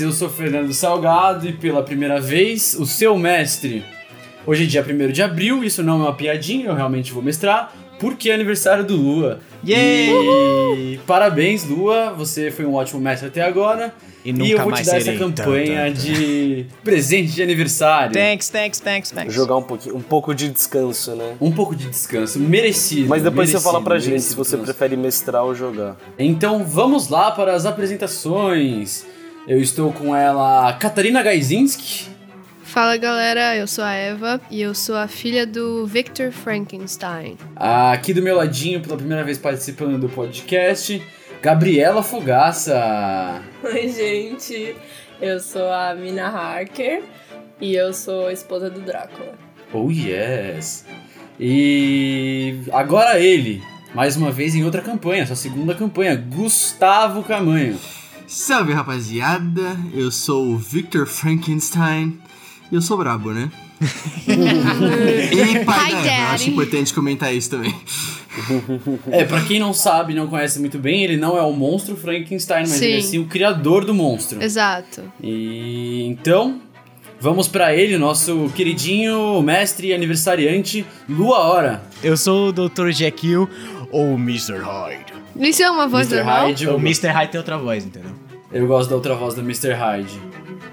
eu sou Fernando Salgado e pela primeira vez, o seu mestre. Hoje é dia 1º de abril, isso não é uma piadinha, eu realmente vou mestrar, porque é aniversário do Lua. E parabéns, Lua, você foi um ótimo mestre até agora. E eu vou te dar essa campanha de presente de aniversário. Thanks. Jogar um pouco de descanso, né? Um pouco de descanso, merecido. Mas depois merecido, você fala pra gente se você descanso. prefere mestrar ou jogar. Então vamos lá para as apresentações. Eu estou com ela, Catarina Gaizinski. Fala galera, eu sou a Eva e eu sou a filha do Victor Frankenstein. Aqui do meu ladinho, pela primeira vez participando do podcast, Gabriela Fogaça. Oi, gente. Eu sou a Mina Harker e eu sou a esposa do Drácula. Oh, yes. E agora ele, mais uma vez em outra campanha, sua segunda campanha, Gustavo Camanho. Salve, rapaziada. Eu sou o Victor Frankenstein. E eu sou brabo, né? E pai Hi, da Eva. Daddy. Acho importante comentar isso também. Pra quem não sabe, não conhece muito bem, ele não é o monstro Frankenstein, mas Sim. ele é sim o criador do monstro. Exato. E então, vamos pra ele, nosso queridinho mestre e aniversariante, Lua Hora. Eu sou o Dr. Jekyll ou Mr. Hyde. Isso é uma voz Mr. normal? Hyde, O Mr. Hyde tem outra voz, entendeu? eu gosto da outra voz do Mr. Hyde.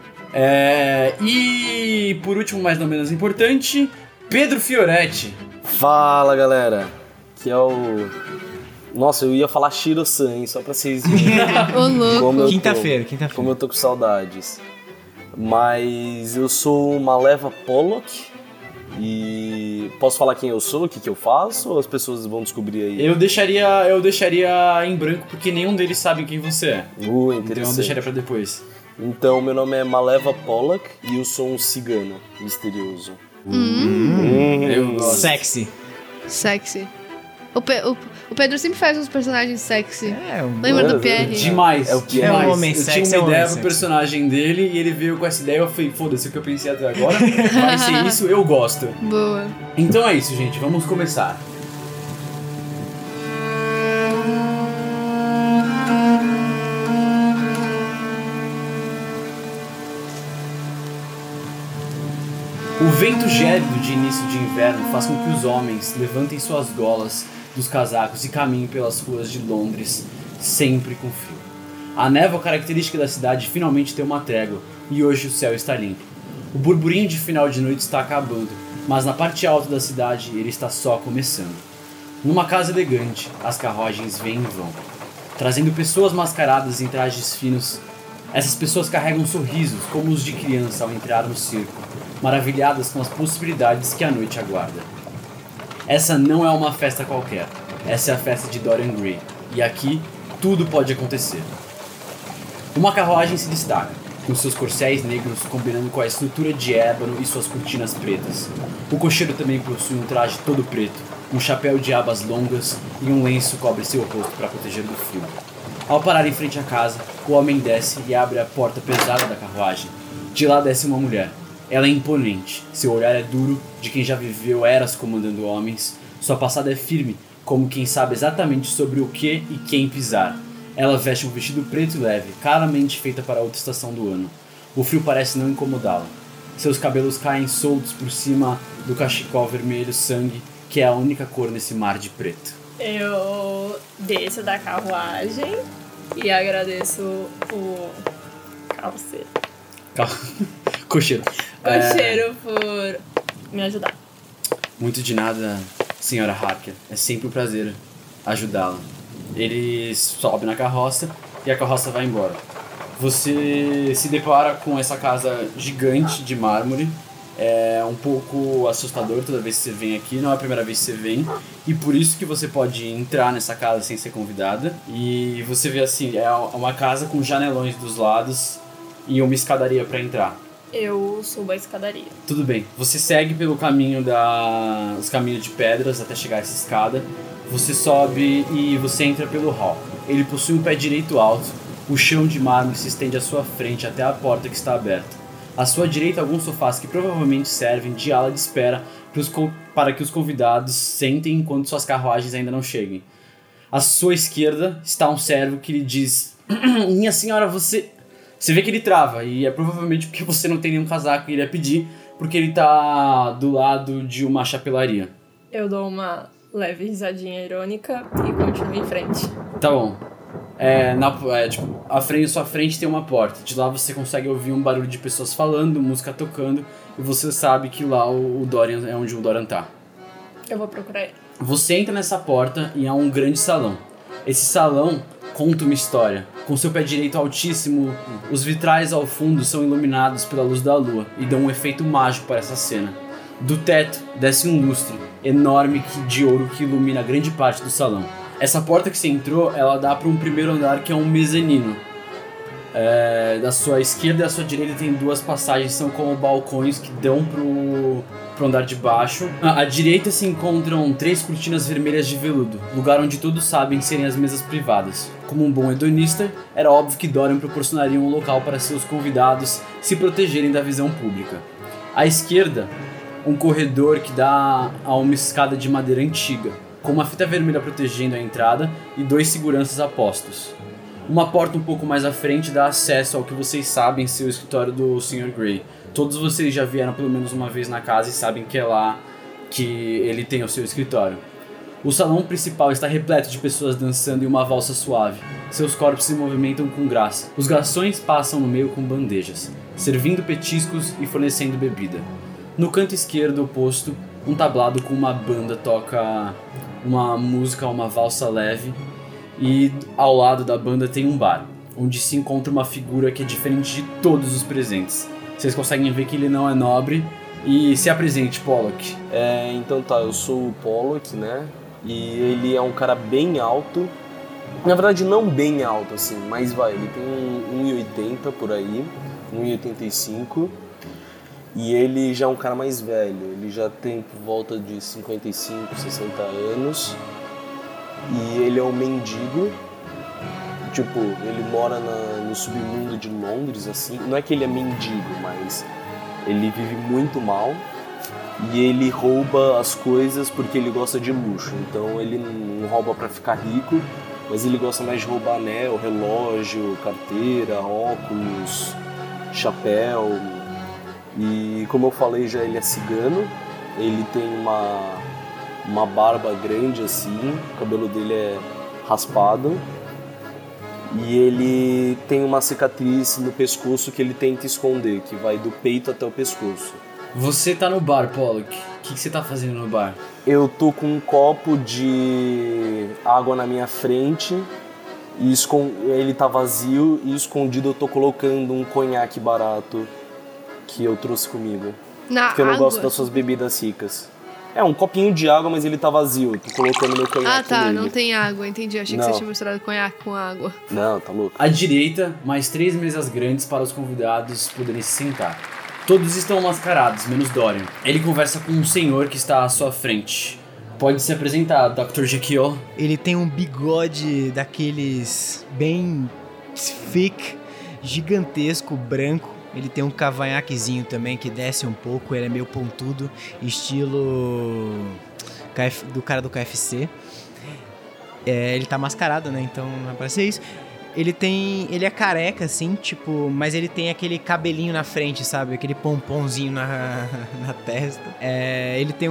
E por último, mas não menos importante, Pedro Fioretti. Fala, galera. Que é o... Nossa, eu ia falar Shiro-san, hein, só pra vocês verem Ô, louco. como eu tô. Quinta-feira. Como eu tô com saudades. Mas eu sou uma Maleva Pollock. E posso falar quem eu sou, o que eu faço, ou as pessoas vão descobrir aí? Eu deixaria em branco porque nenhum deles sabe quem você é. Então eu Interessante. deixaria pra depois. Então, meu nome é Maleva Pollock e eu sou um cigano misterioso. Eu gosto. Sexy. O Pedro sempre faz uns personagens sexy. Um Lembra do Pierre? Demais. É o que é demais. um homem eu sexy, tinha é uma um ideia homem pro sexy. personagem dele e ele veio com essa ideia. Eu falei, foda-se o que eu pensei até agora. Vai ser isso, eu gosto. Boa. Então é isso, gente. Vamos começar. O vento gélido de início de inverno faz com que os homens levantem suas golas dos casacos e caminhem pelas ruas de Londres, sempre com frio. A névoa característica da cidade finalmente tem uma trégua e hoje o céu está limpo. O burburinho de final de noite está acabando, mas na parte alta da cidade ele está só começando. Numa casa elegante, as carruagens vêm e vão, trazendo pessoas mascaradas em trajes finos. Essas pessoas carregam sorrisos como os de criança ao entrar no circo, maravilhadas com as possibilidades que a noite aguarda. Essa não é uma festa qualquer, essa é a festa de Dorian Gray, e aqui tudo pode acontecer. Uma carruagem se destaca, com seus corcéis negros combinando com a estrutura de ébano e suas cortinas pretas. O cocheiro também possui um traje todo preto, um chapéu de abas longas e um lenço cobre seu rosto para proteger do frio. Ao parar em frente à casa, o homem desce e abre a porta pesada da carruagem. De lá desce uma mulher. Ela é imponente, seu olhar é duro, de quem já viveu eras comandando homens. Sua passada é firme, como quem sabe exatamente sobre o que e quem pisar. Ela veste um vestido preto e leve, claramente feita para outra estação do ano. O frio parece não incomodá-la. Seus cabelos caem soltos por cima do cachecol vermelho sangue, que é a única cor nesse mar de preto. Eu desço da carruagem e agradeço o calceiro. Cocheiro. Cocheiro por me ajudar. Muito de nada, senhora Harker. É sempre um prazer ajudá-la. Ele sobe na carroça e a carroça vai embora. Você se depara com essa casa gigante de mármore. É um pouco assustador toda vez que você vem aqui, não é a primeira vez que você vem. E por isso que você pode entrar nessa casa sem ser convidada. E você vê assim, é uma casa com janelões dos lados e uma escadaria para entrar. Eu subo a escadaria. Tudo bem, você segue pelo caminho os caminhos de pedras até chegar a essa escada. Você sobe e você entra pelo hall. Ele possui um pé direito alto. O chão de mármore se estende à sua frente até a porta que está aberta. À sua direita, alguns sofás que provavelmente servem de ala de espera para que os convidados sentem enquanto suas carruagens ainda não cheguem. À sua esquerda está um servo que lhe diz: Minha senhora, você Você vê que ele trava, e é provavelmente porque você não tem nenhum casaco que ele ia pedir, porque ele tá do lado de uma chapelaria. Eu dou uma leve risadinha irônica e continuo em frente. Tá bom. Sua frente tem uma porta. De lá você consegue ouvir um barulho de pessoas falando, música tocando, e você sabe que lá o Dorian é onde o Dorian tá. Eu vou procurar ele. Você entra nessa porta e há um grande salão. Esse salão conta uma história. Com seu pé direito altíssimo, os vitrais ao fundo são iluminados pela luz da lua e dão um efeito mágico para essa cena. Do teto desce um lustre enorme de ouro que ilumina grande parte do salão. Essa porta que você entrou, ela dá para um primeiro andar que é um mezanino. Da sua esquerda e da sua direita tem duas passagens, são como balcões que dão pro andar de baixo. À direita se encontram 3 cortinas vermelhas de veludo, lugar onde todos sabem serem as mesas privadas. Como um bom hedonista, era óbvio que Dorian proporcionaria um local para seus convidados se protegerem da visão pública. À esquerda, um corredor que dá a uma escada de madeira antiga, com uma fita vermelha protegendo a entrada e 2 seguranças a postos. Uma porta um pouco mais à frente dá acesso ao que vocês sabem ser o escritório do Sr. Grey. Todos vocês já vieram pelo menos uma vez na casa e sabem que é lá que ele tem o seu escritório. O salão principal está repleto de pessoas dançando em uma valsa suave. Seus corpos se movimentam com graça. Os garçons passam no meio com bandejas, servindo petiscos e fornecendo bebida. No canto esquerdo oposto, um tablado com uma banda toca uma música, uma valsa leve, e ao lado da banda tem um bar, onde se encontra uma figura que é diferente de todos os presentes. Vocês conseguem ver que ele não é nobre. E se apresente, Pollock. Então tá, eu sou o Pollock, né? E ele é um cara bem alto. Na verdade, não bem alto, assim, mas ele tem 1,80 por aí, 1,85. E ele já é um cara mais velho, ele já tem por volta de 55, 60 anos. E ele é um mendigo. Tipo, ele mora no submundo de Londres, assim. Não é que ele é mendigo, mas ele vive muito mal. E ele rouba as coisas porque ele gosta de luxo. Então ele não rouba pra ficar rico, mas ele gosta mais de roubar anel, relógio, carteira, óculos, chapéu. E como eu falei já, ele é cigano. Ele tem uma barba grande assim, o cabelo dele é raspado. E ele tem uma cicatriz no pescoço que ele tenta esconder, que vai do peito até o pescoço. Você tá no bar, Pollock. O que você tá fazendo no bar? Eu tô com um copo de água na minha frente, e ele tá vazio, e escondido eu tô colocando um conhaque barato que eu trouxe comigo. Porque eu não gosto das suas bebidas ricas. É um copinho de água, mas ele tá vazio. Eu tô colocando meu conhaque nele. Não tem água, entendi. Achei que você tinha misturado conhaque com água. Não, tá louco. À direita, mais 3 mesas grandes para os convidados poderem se sentar. Todos estão mascarados, menos Dorian. Ele conversa com um senhor que está à sua frente. Pode se apresentar, Dr. Jekyll. Ele tem um bigode daqueles bem thick, gigantesco, branco. Ele tem um cavanhaquezinho também que desce um pouco, ele é meio pontudo, estilo do cara do KFC. Ele tá mascarado, né? Então não vai parecer isso. Ele é careca, assim, tipo, mas ele tem aquele cabelinho na frente, sabe? Aquele pomponzinho na testa. Ele tem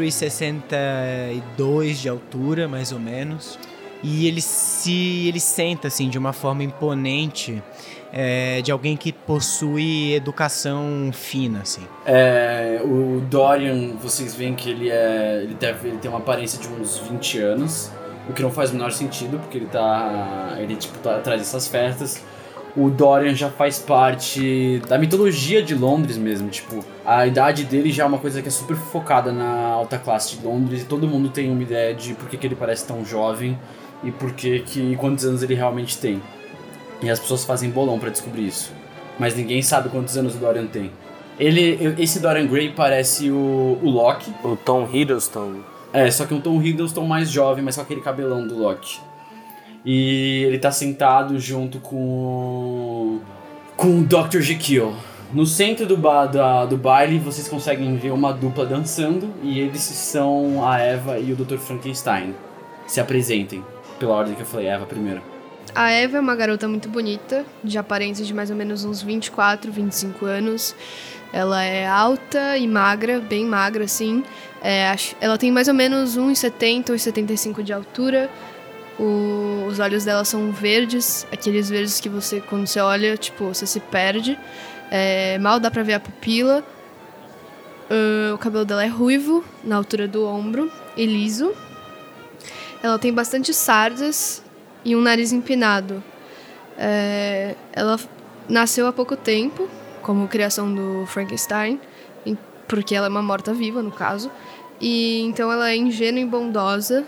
1,62 m de altura, mais ou menos. E ele senta, assim, de uma forma imponente, de alguém que possui educação fina, assim. O Dorian, vocês veem que ele tem uma aparência de uns 20 anos. O que não faz o menor sentido, porque ele tá atrás dessas festas. O Dorian já faz parte da mitologia de Londres mesmo, tipo, a idade dele já é uma coisa que é super focada na alta classe de Londres, e todo mundo tem uma ideia de por que ele parece tão jovem e quantos anos ele realmente tem. E as pessoas fazem bolão pra descobrir isso, mas ninguém sabe quantos anos o Dorian tem. Esse Dorian Gray parece o Locke. O Tom Hiddleston. Só que um Tom Hiddleston mais jovem, mas com aquele cabelão do Locke. E ele tá sentado junto com o Dr. Jekyll. No centro do baile, vocês conseguem ver uma dupla dançando, e eles são a Eva e o Dr. Frankenstein. Se apresentem, pela ordem que eu falei, Eva primeiro. A Eva é uma garota muito bonita, de aparência de mais ou menos uns 24, 25 anos. Ela é alta e magra, bem magra, assim. Ela tem mais ou menos 1,70, 1,75 de altura. Os olhos dela são verdes, aqueles verdes que você, quando você olha, tipo, você se perde. Mal dá pra ver a pupila. O cabelo dela é ruivo, na altura do ombro, e liso. Ela tem bastante sardas e um nariz empinado. Ela nasceu há pouco tempo, como criação do Frankenstein, porque ela é uma morta-viva, no caso. E então ela é ingênua e bondosa,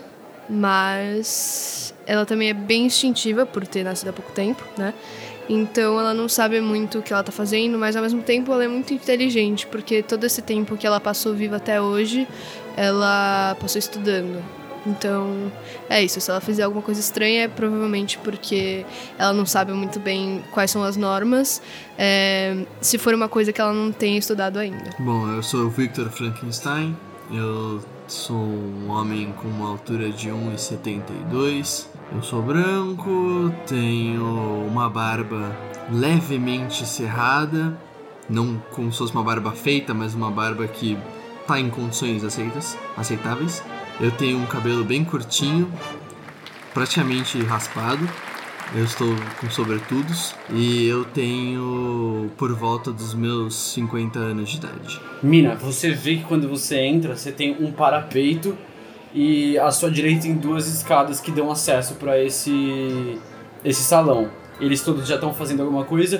mas ela também é bem instintiva por ter nascido há pouco tempo, né? Então ela não sabe muito o que ela tá fazendo, mas ao mesmo tempo ela é muito inteligente, porque todo esse tempo que ela passou viva até hoje, ela passou estudando. Então, é isso. Se ela fizer alguma coisa estranha, é provavelmente porque ela não sabe muito bem quais são as normas, se for uma coisa que ela não tenha estudado ainda. Bom, eu sou o Victor Frankenstein. Eu sou um homem com uma altura de 1,72. Eu sou branco, tenho uma barba levemente cerrada. Não como se fosse uma barba feita, mas uma barba que tá em condições aceitáveis. Eu tenho um cabelo bem curtinho, praticamente raspado. Eu estou com sobretudos e eu tenho por volta dos meus 50 anos de idade. Mina, você vê que quando você entra, você tem um parapeito e à sua direita tem 2 escadas que dão acesso para esse salão. Eles todos já estão fazendo alguma coisa.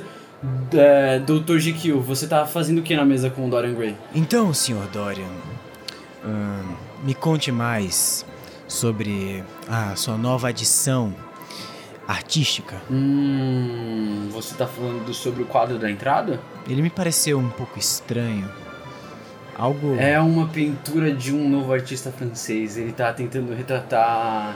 Dr. GQ, você tá fazendo o que na mesa com o Dorian Gray? Então, Sr. Dorian, me conte mais sobre a sua nova adição artística. Você tá falando sobre o quadro da entrada? Ele me pareceu um pouco estranho. Algo... É uma pintura de um novo artista francês. Ele tá tentando retratar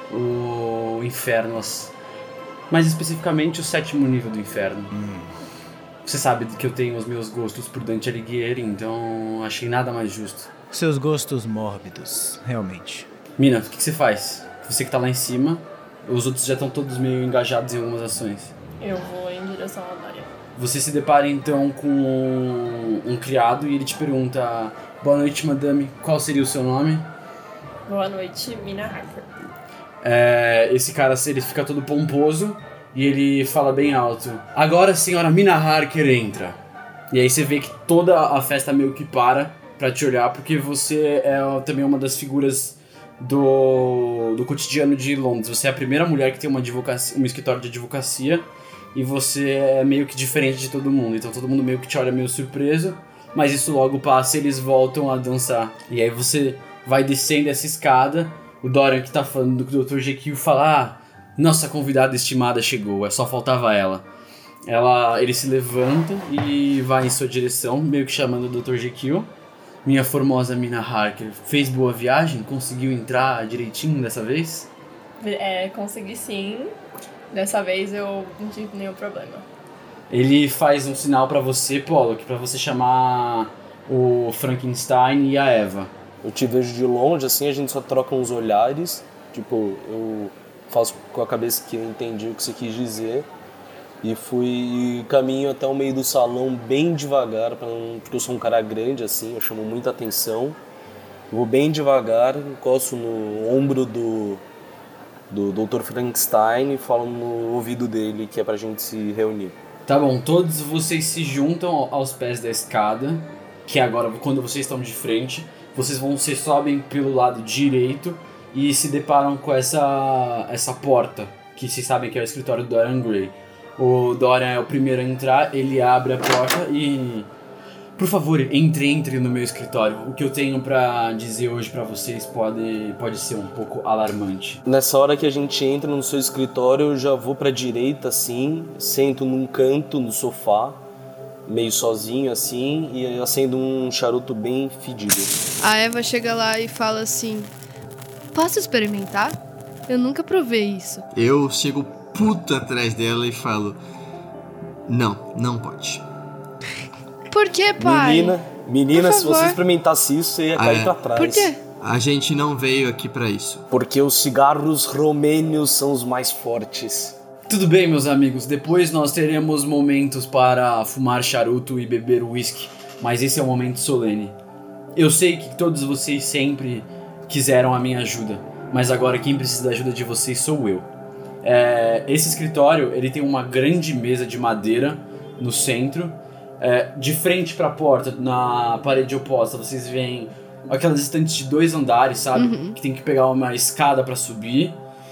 o inferno, mais especificamente o 7º nível do inferno. Você sabe que eu tenho os meus gostos por Dante Alighieri, então achei nada mais justo. Seus gostos mórbidos, realmente. Mina, o que você faz? Você que tá lá em cima, os outros já estão todos meio engajados em algumas ações. Eu vou em direção ao Dorian. Você se depara então com um criado e ele te pergunta: boa noite, madame, qual seria o seu nome? Boa noite, Mina Harker. Esse cara, ele fica todo pomposo e ele fala bem alto: agora a senhora Mina Harker entra. E aí você vê que toda a festa meio que para pra te olhar, porque você é também uma das figuras do cotidiano de Londres. Você é a primeira mulher que tem um escritório de advocacia e você é meio que diferente de todo mundo. Então todo mundo meio que te olha meio surpreso, mas isso logo passa e eles voltam a dançar. E aí você vai descendo essa escada, o Dorian que tá falando do Dr. GQ fala: nossa convidada estimada chegou, só faltava ela. Ele se levanta e vai em sua direção, meio que chamando o Dr. GQ. Minha formosa Mina Harker, fez boa viagem? Conseguiu entrar direitinho dessa vez? Consegui sim. Dessa vez eu não tive nenhum problema. Ele faz um sinal pra você, Pollock, pra você chamar o Frankenstein e a Eva. Eu te vejo de longe, assim, a gente só troca uns olhares. Tipo, eu faço com a cabeça que eu entendi o que você quis dizer. E caminho até o meio do salão bem devagar, porque eu sou um cara grande assim, eu chamo muita atenção. Eu vou bem devagar, encosto no ombro do Dr. Frankenstein e falo no ouvido dele que é pra gente se reunir. Tá bom, todos vocês se juntam aos pés da escada, que agora, quando vocês estão de frente, vocês sobem pelo lado direito e se deparam com essa porta, que vocês sabem que é o escritório do Dorian Gray. O Dorian é o primeiro a entrar, ele abre a porta e... Por favor, entre no meu escritório. O que eu tenho pra dizer hoje pra vocês pode ser um pouco alarmante. Nessa hora que a gente entra no seu escritório, eu já vou pra direita assim, sento num canto no sofá, meio sozinho assim, e acendo um charuto bem fedido. A Eva chega lá e fala assim: posso experimentar? Eu nunca provei isso. Eu chego puto atrás dela e falo: não pode. Por que, pai? Menina, se você experimentasse isso, você ia cair pra trás. Por quê? A gente não veio aqui pra isso. Porque os cigarros romênios são os mais fortes. Tudo bem, meus amigos, depois nós teremos momentos para fumar charuto e beber whisky, mas esse é um momento solene. Eu sei que todos vocês sempre quiseram a minha ajuda, mas agora quem precisa da ajuda de vocês sou eu. Esse escritório, ele tem uma grande mesa de madeira no centro, de frente para a porta, na parede oposta, vocês veem aquelas estantes de 2 andares, sabe? Que tem que pegar uma escada para subir.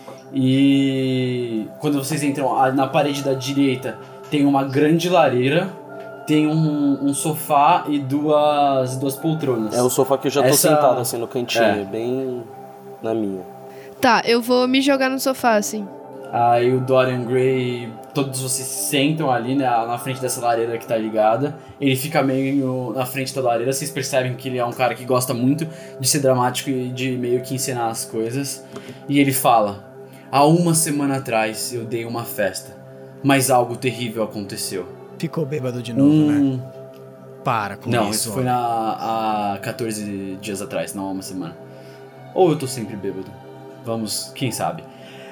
E quando vocês entram na parede da direita, tem uma grande lareira, tem um sofá e duas poltronas. É o sofá que eu já tô sentado assim no cantinho, bem na minha. Tá, eu vou me jogar no sofá, assim. Aí o Dorian Gray, todos vocês se sentam ali na frente dessa lareira que tá ligada. Ele fica meio na frente da lareira, vocês percebem que ele é um cara que gosta muito de ser dramático e de meio que encenar as coisas. E ele fala: há 1 semana atrás eu dei uma festa, mas algo terrível aconteceu. Ficou bêbado de novo, né? Para com isso. Não, isso foi há 14 dias atrás, não há 1 semana. Ou eu tô sempre bêbado. Vamos, quem sabe.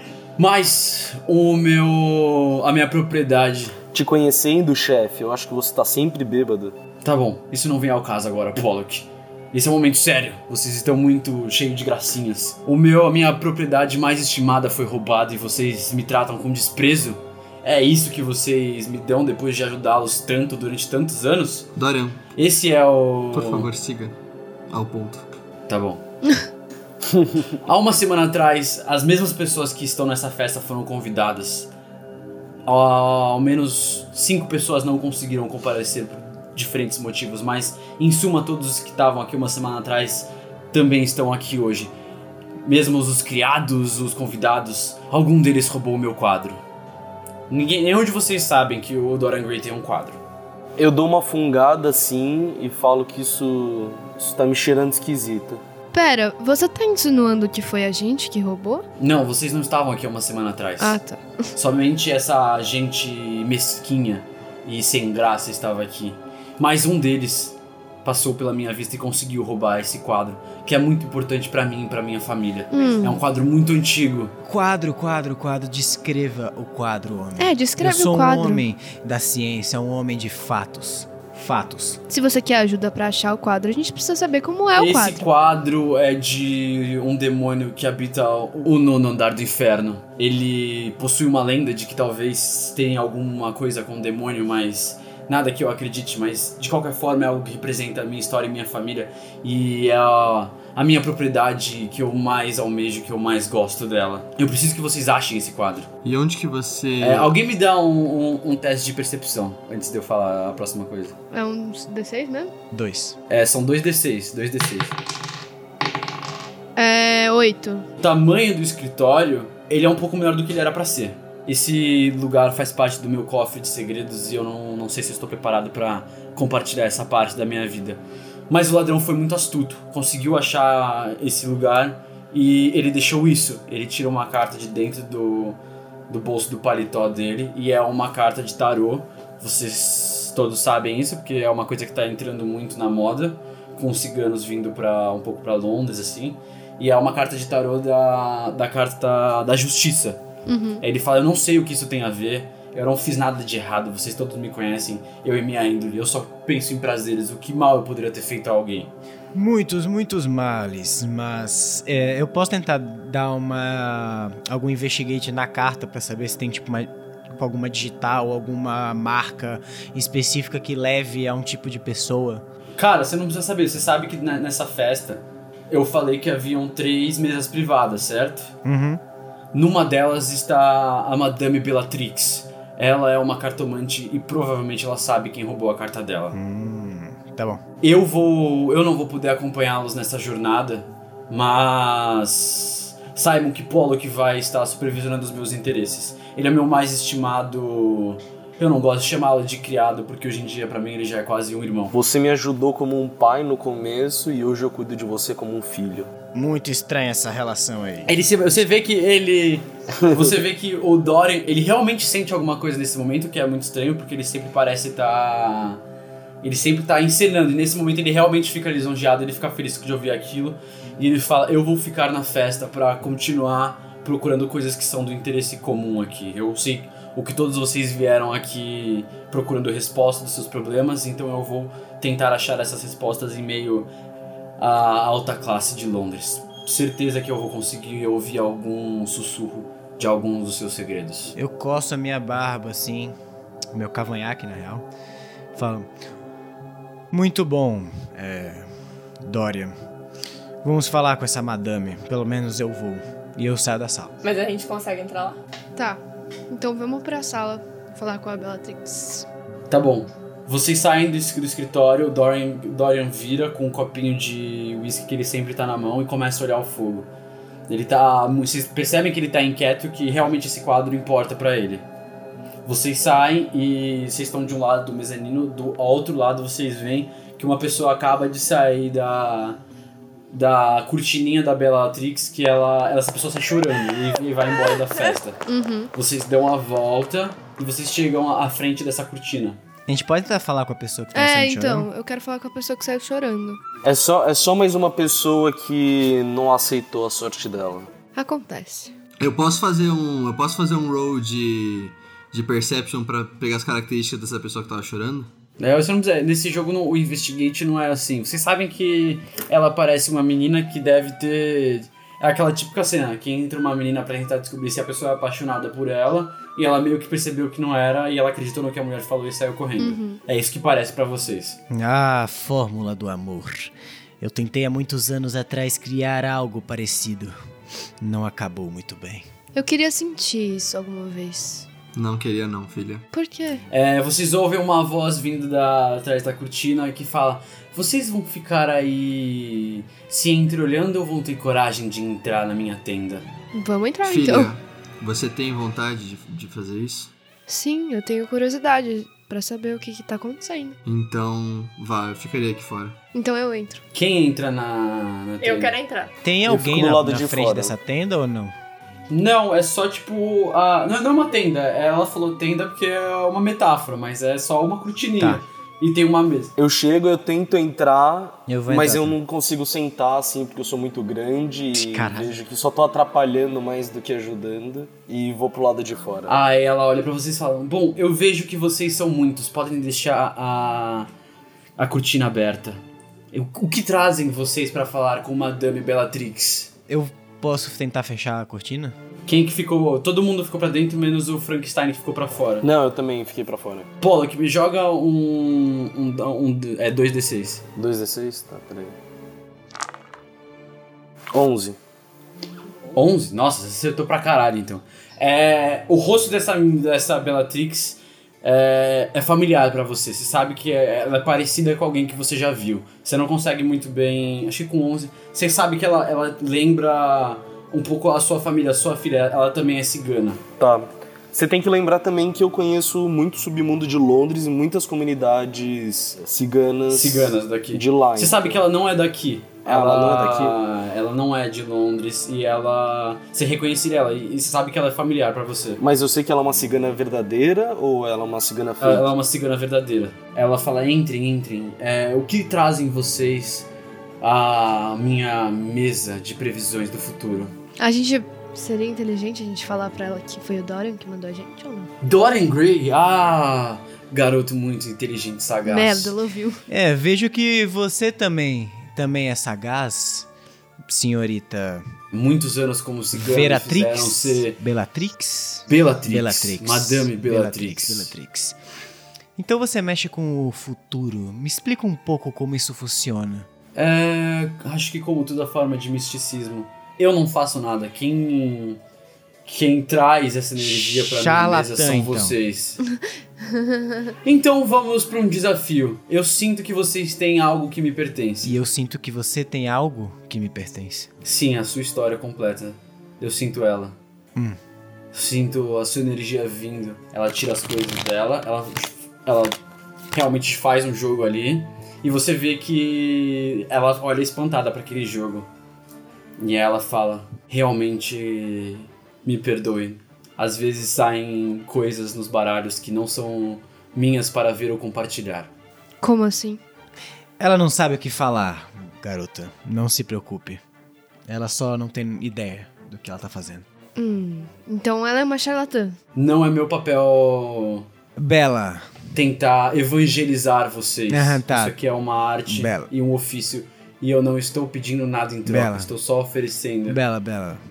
Mas a minha propriedade... Te conhecendo, chefe, eu acho que você tá sempre bêbado. Tá bom, isso não vem ao caso agora, Pollock. Esse é um momento sério, vocês estão muito cheios de gracinhas. A minha propriedade mais estimada foi roubada e vocês me tratam com desprezo? É isso que vocês me dão depois de ajudá-los tanto durante tantos anos? Dorian, Esse é o... por favor, siga ao ponto. Tá bom. Há 1 semana atrás, as mesmas pessoas que estão nessa festa foram convidadas. Ao menos 5 pessoas não conseguiram comparecer por diferentes motivos, mas em suma todos os que estavam aqui 1 semana atrás também estão aqui hoje. Mesmo os criados, os convidados, algum deles roubou o meu quadro. Nenhum de vocês sabem que o Dorian Gray tem um quadro. Eu dou uma fungada assim e falo que isso tá me cheirando esquisito. Pera, você tá insinuando que foi a gente que roubou? Não, vocês não estavam aqui 1 semana atrás. Ah, tá. Somente essa gente mesquinha e sem graça estava aqui. Mas um deles passou pela minha vista e conseguiu roubar esse quadro, que é muito importante pra mim e pra minha família. É um quadro muito antigo. Quadro, descreva o quadro, homem. Descreve o quadro. Eu o quadro. sou um homem da ciência, um homem de fatos. Se você quer ajuda pra achar o quadro, a gente precisa saber como é o quadro. Esse quadro é de um demônio que habita o 9º andar do inferno. Ele possui uma lenda de que talvez tenha alguma coisa com o demônio, mas nada que eu acredite, mas de qualquer forma é algo que representa a minha história e minha família, e é a minha propriedade que eu mais almejo, que eu mais gosto dela. Eu preciso que vocês achem esse quadro. E onde que você... Alguém me dá um teste de percepção antes de eu falar a próxima coisa. É um D6 mesmo? 2. São 2d6. 8. O tamanho do escritório, ele é um pouco menor do que ele era pra ser. Esse lugar faz parte do meu cofre de segredos e eu não sei se eu estou preparado pra compartilhar essa parte da minha vida. Mas o ladrão foi muito astuto, conseguiu achar esse lugar e ele deixou isso. Ele tirou uma carta de dentro do bolso do paletó dele e é uma carta de tarô. Vocês todos sabem isso porque é uma coisa que está entrando muito na moda, com os ciganos vindo um pouco para Londres, assim. E é uma carta de tarô da carta da justiça. Aí ele fala: eu não sei o que isso tem a ver, eu não fiz nada de errado, vocês todos me conhecem, eu e minha índole, eu só penso em prazeres, o que mal eu poderia ter feito a alguém? Muitos males, mas eu posso tentar dar algum investigate na carta pra saber se tem alguma digital ou alguma marca específica que leve a um tipo de pessoa. Cara, você não precisa saber, você sabe que nessa festa eu falei que haviam 3 mesas privadas, certo? Numa delas está a Madame Bellatrix. Ela é uma cartomante e provavelmente ela sabe quem roubou a carta dela. Tá bom. Eu não vou poder acompanhá-los nessa jornada, mas saibam que Pollock vai estar supervisionando os meus interesses. Ele é meu mais estimado... Eu não gosto de chamá-lo de criado, porque hoje em dia pra mim ele já é quase um irmão. Você me ajudou como um pai no começo e hoje eu cuido de você como um filho. Muito estranha essa relação aí. Você vê que o Dorian, ele realmente sente alguma coisa nesse momento, que é muito estranho, porque ele sempre parece estar... Ele sempre tá encenando, e nesse momento ele realmente fica lisonjeado, ele fica feliz de ouvir aquilo, e ele fala: eu vou ficar na festa pra continuar procurando coisas que são do interesse comum aqui. Eu sei o que todos vocês vieram aqui procurando resposta dos seus problemas, então eu vou tentar achar essas respostas em meio à alta classe de Londres. Certeza que eu vou conseguir ouvir algum sussurro de alguns dos seus segredos. Eu coço a minha barba, assim, o meu cavanhaque, na real. Falo, muito bom, Dorian. Vamos falar com essa madame, pelo menos eu vou. E eu saio da sala. Mas a gente consegue entrar lá? Tá, então vamos pra sala falar com a Bellatrix. Tá bom. Vocês saem do escritório, o Dorian vira com um copinho de whisky que ele sempre tá na mão e começa a olhar o fogo. Vocês percebem que ele tá inquieto e que realmente esse quadro importa pra ele. Vocês saem e vocês estão de um lado do mezanino, do outro lado vocês veem que uma pessoa acaba de sair da cortininha da Bellatrix, que essa pessoa sai chorando e vai embora da festa. Vocês dão a volta e vocês chegam à frente dessa cortina. A gente pode tentar falar com a pessoa que tá saindo chorando? Então, eu quero falar com a pessoa que saiu chorando. É só mais uma pessoa que não aceitou a sorte dela. Acontece. Eu posso fazer um roll de perception pra pegar as características dessa pessoa que tava chorando? Nesse jogo o Investigate não é assim. Vocês sabem que ela parece uma menina que deve ter... É aquela típica cena que entra uma menina pra tentar descobrir se a pessoa é apaixonada por ela e ela meio que percebeu que não era e ela acreditou no que a mulher falou e saiu correndo. É isso que parece pra vocês. Ah, fórmula do amor. Eu tentei há muitos anos atrás criar algo parecido. Não acabou muito bem. Eu queria sentir isso alguma vez. Não queria não, filha. Por quê? Vocês ouvem uma voz vindo atrás da cortina que fala: vocês vão ficar aí se entreolhando ou vão ter coragem de entrar na minha tenda? Vamos entrar, Filha, então. você tem vontade de fazer isso? Sim, eu tenho curiosidade pra saber o que tá acontecendo. Então, vá, eu ficaria aqui fora. Então eu entro. Quem entra na tenda? Eu quero entrar. Tem Eu alguém fico do na lado de frente fora. dessa tenda ou não? Não, é só tipo... não é uma tenda. Ela falou tenda porque é uma metáfora, mas é só uma cortininha. Tá. E tem uma mesa. Eu chego, eu tento entrar, Eu vou mas entrar eu também. não consigo sentar, assim, porque eu sou muito grande e Caralho. vejo que só tô atrapalhando mais do que ajudando e vou pro lado de fora. Aí ela olha pra vocês e fala: bom, eu vejo que vocês são muitos. Podem deixar a cortina aberta. O que trazem vocês pra falar com Madame Bellatrix? Eu posso tentar fechar a cortina? Quem que ficou? Todo mundo ficou pra dentro, menos o Frankenstein que ficou pra fora. Não, eu também fiquei pra fora. Pollock, me joga 2d6. 2d6? Tá, peraí. 11. 11? Nossa, você acertou pra caralho, então. O rosto dessa Bellatrix é familiar pra você. Você sabe que ela é parecida com alguém que você já viu. Você não consegue muito bem... Acho que com 11... Você sabe que ela lembra um pouco a sua família. A sua filha, ela também é cigana. Tá. Você tem que lembrar também que eu conheço muito o submundo de Londres e muitas comunidades ciganas daqui. de lá. Você sabe que ela não é daqui. Ela não é daqui? Ela não é de Londres e você reconheceria ela e você sabe que ela é familiar pra você. Mas eu sei que ela é uma cigana verdadeira ou ela é uma cigana feita? Ela é uma cigana verdadeira. Ela fala: entrem. O que trazem vocês à minha mesa de previsões do futuro? A gente... Seria inteligente a gente falar pra ela que foi o Dorian que mandou a gente ou não? Dorian Gray? Garoto muito inteligente, sagaz. Merda, ela ouviu. Vejo que você também é sagaz, senhorita Muitos anos como cigana Veratrix? fizeram ser... Bellatrix? Bellatrix. Madame Bellatrix. Bellatrix. Então você mexe com o futuro. Me explica um pouco como isso funciona. Acho que como toda forma de misticismo, eu não faço nada. Quem traz essa energia pra minha mesa são então. vocês. Então vamos pra um desafio. Eu sinto que vocês têm algo que me pertence. E eu sinto que você tem algo que me pertence. Sim, a sua história completa. Eu sinto ela. Sinto a sua energia vindo. Ela tira as coisas dela. Ela realmente faz um jogo ali. E você vê que ela olha espantada pra aquele jogo. E ela fala: realmente me perdoe. Às vezes saem coisas nos baralhos que não são minhas para ver ou compartilhar. Como assim? Ela não sabe o que falar, garota. Não se preocupe. Ela só não tem ideia do que ela tá fazendo. Então ela é uma charlatã. Não é meu papel Bela, tentar evangelizar vocês. Tá. Isso aqui é uma arte Bela. e um ofício. E eu não estou pedindo nada em troca, Bela. estou só oferecendo. Bela.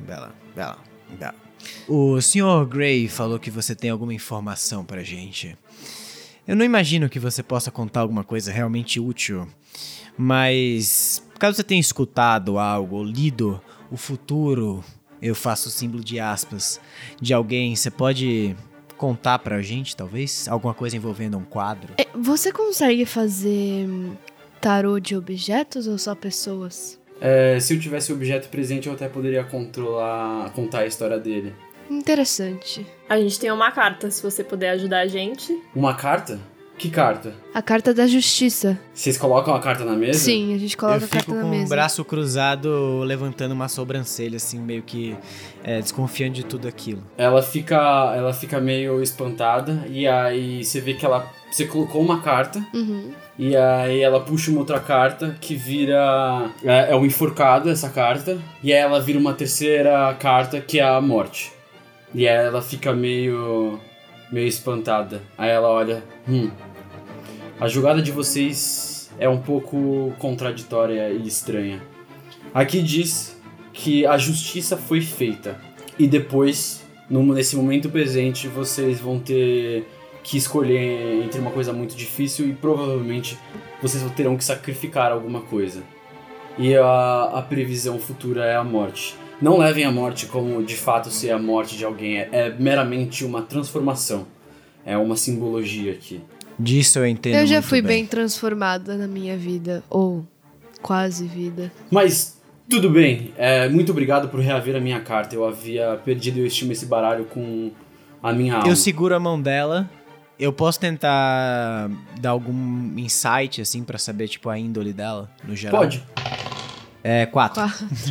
O Sr. Gray falou que você tem alguma informação pra gente. Eu não imagino que você possa contar alguma coisa realmente útil, mas caso você tenha escutado algo ou lido o futuro, eu faço o símbolo de aspas, de alguém, você pode contar pra gente, talvez? Alguma coisa envolvendo um quadro? Você consegue fazer tarô de objetos ou só pessoas? Se eu tivesse o objeto presente, eu até poderia contar a história dele. Interessante. A gente tem uma carta, se você puder ajudar a gente. Uma carta? Que carta? A carta da justiça. Vocês colocam a carta na mesa? Sim, a gente coloca Eu a carta fico na com o mesa. braço cruzado, levantando uma sobrancelha, assim, meio que desconfiando de tudo aquilo. Ela fica meio espantada e aí você vê que você colocou uma carta e aí ela puxa uma outra carta que vira... É o enforcado, essa carta. E aí ela vira uma terceira carta que é a morte. E aí ela fica meio espantada. Aí ela olha... A jogada de vocês é um pouco contraditória e estranha. Aqui diz que a justiça foi feita. E depois, nesse momento presente, vocês vão ter que escolher entre uma coisa muito difícil e provavelmente vocês terão que sacrificar alguma coisa. E a previsão futura é a morte. Não levem a morte como de fato ser a morte de alguém. É meramente uma transformação. É uma simbologia aqui. Disso eu entendo. Eu já muito fui bem transformada na minha vida, ou quase vida. Mas tudo bem, muito obrigado por reaver a minha carta. Eu havia perdido e eu estimo esse baralho com a minha alma. Eu seguro a mão dela. Eu posso tentar dar algum insight, assim, pra saber, tipo, a índole dela, no geral? Pode. 4.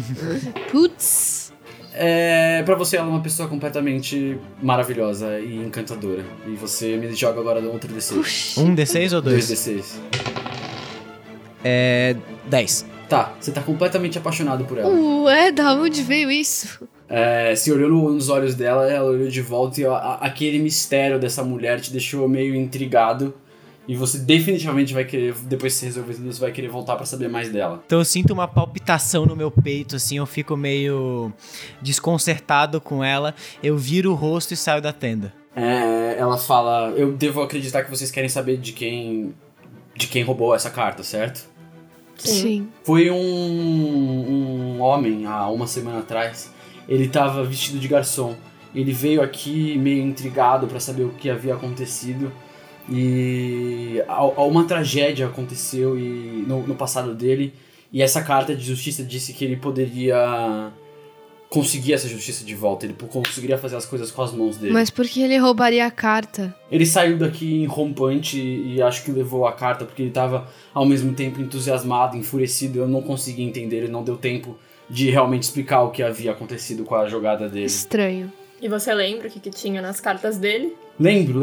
Putz. Pra você ela é uma pessoa completamente maravilhosa e encantadora. E você me joga agora outro D6. 1 D6 ou 2? 2 D6. 10. Tá, você tá completamente apaixonado por ela. Da onde veio isso? Você olhou nos olhos dela, ela olhou de volta e aquele mistério dessa mulher te deixou meio intrigado. E você definitivamente vai querer, depois de você resolver tudo, você vai querer voltar pra saber mais dela. Então eu sinto uma palpitação no meu peito, assim, eu fico meio desconcertado com ela. Eu viro o rosto e saio da tenda. Ela fala, eu devo acreditar que vocês querem saber de quem roubou essa carta, certo? Sim. Foi um homem, há uma semana atrás. Ele tava vestido de garçom. Ele veio aqui meio intrigado pra saber o que havia acontecido. E uma tragédia aconteceu no passado dele. E essa carta de justiça disse que ele poderia conseguir essa justiça de volta. Ele conseguiria fazer as coisas com as mãos dele. Mas por que ele roubaria a carta? Ele saiu daqui rompante e acho que levou a carta porque ele estava ao mesmo tempo entusiasmado, enfurecido. Eu não consegui entender, ele não deu tempo de realmente explicar o que havia acontecido com a jogada dele. Estranho. E você lembra o que tinha nas cartas dele? Lembro.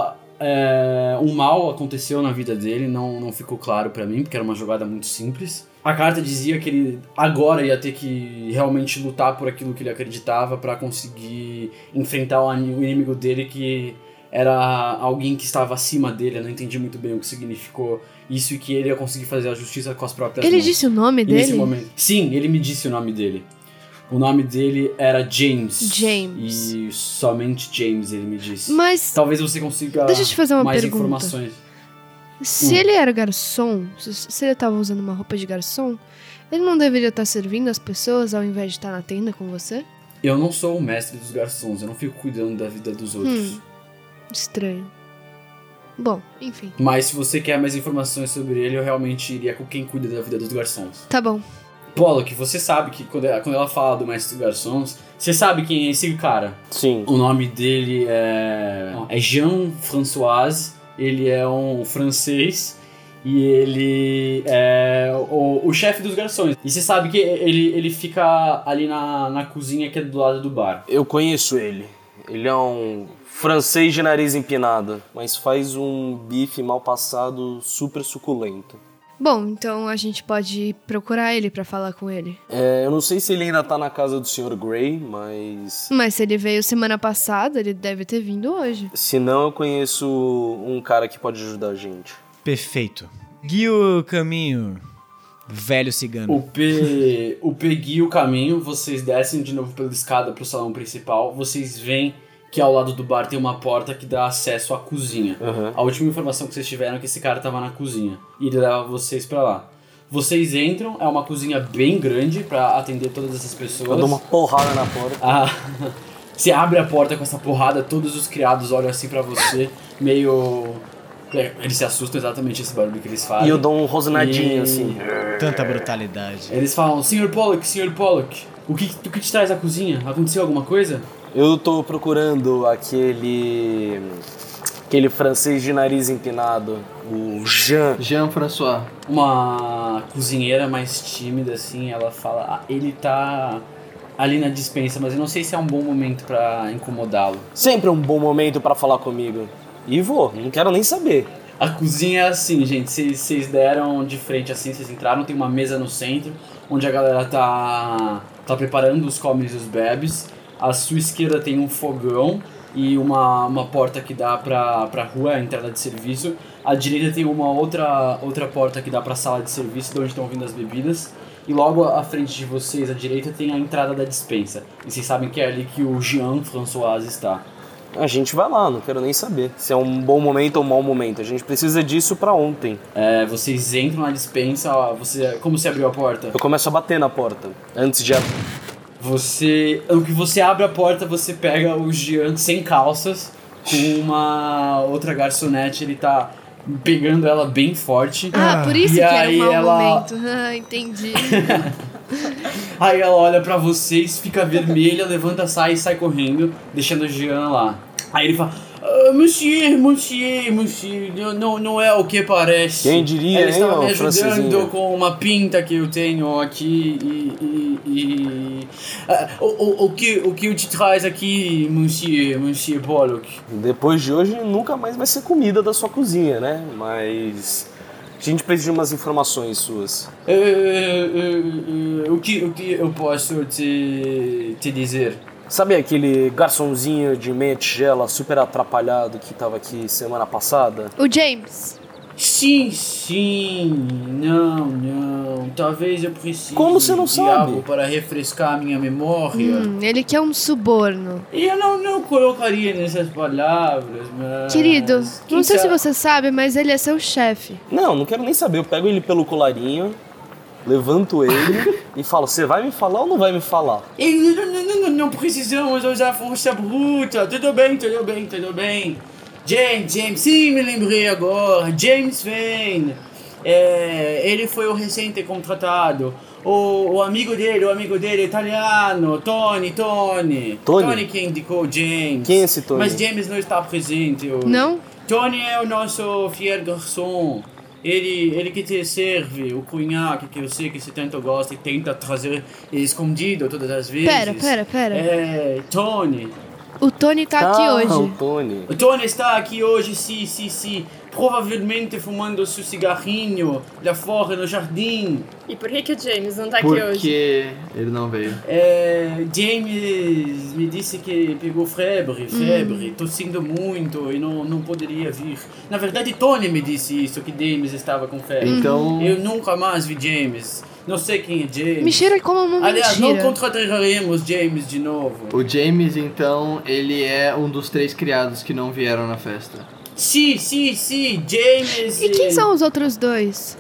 Um mal aconteceu na vida dele, não ficou claro pra mim, porque era uma jogada muito simples. A carta dizia que ele agora ia ter que realmente lutar por aquilo que ele acreditava pra conseguir enfrentar o inimigo dele, que era alguém que estava acima dele. Eu não entendi muito bem o que significou isso e que ele ia conseguir fazer a justiça com as próprias mãos. Ele disse o nome E dele? nesse momento, sim, ele me disse o nome dele. O nome dele era James. James. E somente James, ele me disse. Mas Talvez você consiga deixa eu te fazer uma mais pergunta. informações. Se ele era garçom, se ele tava usando uma roupa de garçom, ele não deveria estar servindo as pessoas ao invés de estar na tenda com você? Eu não sou o mestre dos garçons, eu não fico cuidando da vida dos outros. Estranho. Bom, enfim. Mas se você quer mais informações sobre ele, eu realmente iria com quem cuida da vida dos garçons. Tá bom. Pollock, você sabe que quando ela fala do mestre dos garçons, você sabe quem é esse cara? Sim. O nome dele é Jean-François, ele é um francês e ele é o chefe dos garçons. E você sabe que ele fica ali na cozinha que é do lado do bar. Eu conheço ele. Ele é um francês de nariz empinado, mas faz um bife mal passado super suculento. Bom, então a gente pode procurar ele pra falar com ele. Eu não sei se ele ainda tá na casa do Sr. Grey, mas... Mas se ele veio semana passada, ele deve ter vindo hoje. Se não, eu conheço um cara que pode ajudar a gente. Perfeito. Guia o caminho, velho cigano. O P guia o caminho, vocês descem de novo pela escada pro salão principal, vocês veem que ao lado do bar tem uma porta que dá acesso à cozinha. Uhum. A última informação que vocês tiveram é que esse cara tava na cozinha e ele leva vocês pra lá. Vocês entram, é uma cozinha bem grande pra atender todas essas pessoas. Eu dou uma porrada na porta. Você abre a porta com essa porrada, todos os criados olham assim pra você, meio... Eles se assustam exatamente esse barulho que eles fazem. E eu dou um rosnadinho, assim. Tanta brutalidade. Eles falam, Sr. Pollock, o que te traz à cozinha? Aconteceu alguma coisa? Eu tô procurando aquele francês de nariz empinado, o Jean-François. Uma cozinheira mais tímida, assim, ela fala, ele tá ali na despensa, mas eu não sei se é um bom momento pra incomodá-lo. Sempre um bom momento pra falar comigo. E vou, não quero nem saber. A cozinha é assim, gente, vocês deram de frente assim, vocês entraram, tem uma mesa no centro, onde a galera tá preparando os comes e os bebes. À sua esquerda tem um fogão e uma porta que dá pra rua, a entrada de serviço. À direita tem uma outra porta que dá pra sala de serviço, de onde estão vindo as bebidas. E logo à frente de vocês, à direita, tem a entrada da despensa. E vocês sabem que é ali que o Jean-François está. A gente vai lá, não quero nem saber se é um bom momento ou um mau momento. A gente precisa disso pra ontem. Vocês entram na despensa, como você abriu a porta? Eu começo a bater na porta, antes de abrir. No que você abre a porta, você pega o Jean sem calças, com uma outra garçonete, ele tá pegando ela bem forte. Por isso que era um mau ela... momento. Entendi. Aí ela olha pra vocês, fica vermelha, levanta, sai e sai correndo, deixando o Jean lá. Aí ele fala, monsieur, não é o que parece. Quem diria, Ele estava me francesinha? ajudando com uma pinta que eu tenho aqui o que te traz aqui, monsieur Pollock? Depois de hoje, nunca mais vai ser comida da sua cozinha, né? Mas... a gente precisa de umas informações suas. O que eu posso te dizer? Sabe aquele garçomzinho de meia tigela super atrapalhado que tava aqui semana passada? O James. Sim, não, talvez eu precise Como você não de sabe? algo para refrescar a minha memória. Ele quer um suborno. Eu não colocaria nessas palavras, mas... Querido, quem não sei se sabe? você sabe, mas ele é seu chefe. Não quero nem saber. Eu pego ele pelo colarinho, levanto ele e falo, você vai me falar ou não vai me falar? Não precisamos usar força bruta. Tudo bem. James, sim, me lembrei agora. James Vane. Ele foi o recente contratado. O amigo dele, italiano, Tony. Tony que indicou James. Quem é esse Tony? Mas James não está presente hoje. Não? Tony é o nosso fiel garçom. Ele que te serve o cunhaque que eu sei que você tanto gosta e tenta trazer escondido todas as vezes. Pera. Tony. O Tony tá aqui hoje. O Tony. O Tony está aqui hoje, sim. Provavelmente fumando seu cigarrinho lá fora no jardim. E por que o James não tá aqui hoje? Porque ele não veio. James me disse que pegou febre, tossindo muito e não poderia vir. Na verdade, Tony me disse isso, que James estava com febre. Então... Eu nunca mais vi James. Não sei quem é James. Me cheira como uma Aliás, mentira. não contrataremos James de novo. O James, então, ele é um dos 3 criados que não vieram na festa. Sim, James. E quem são os outros 2?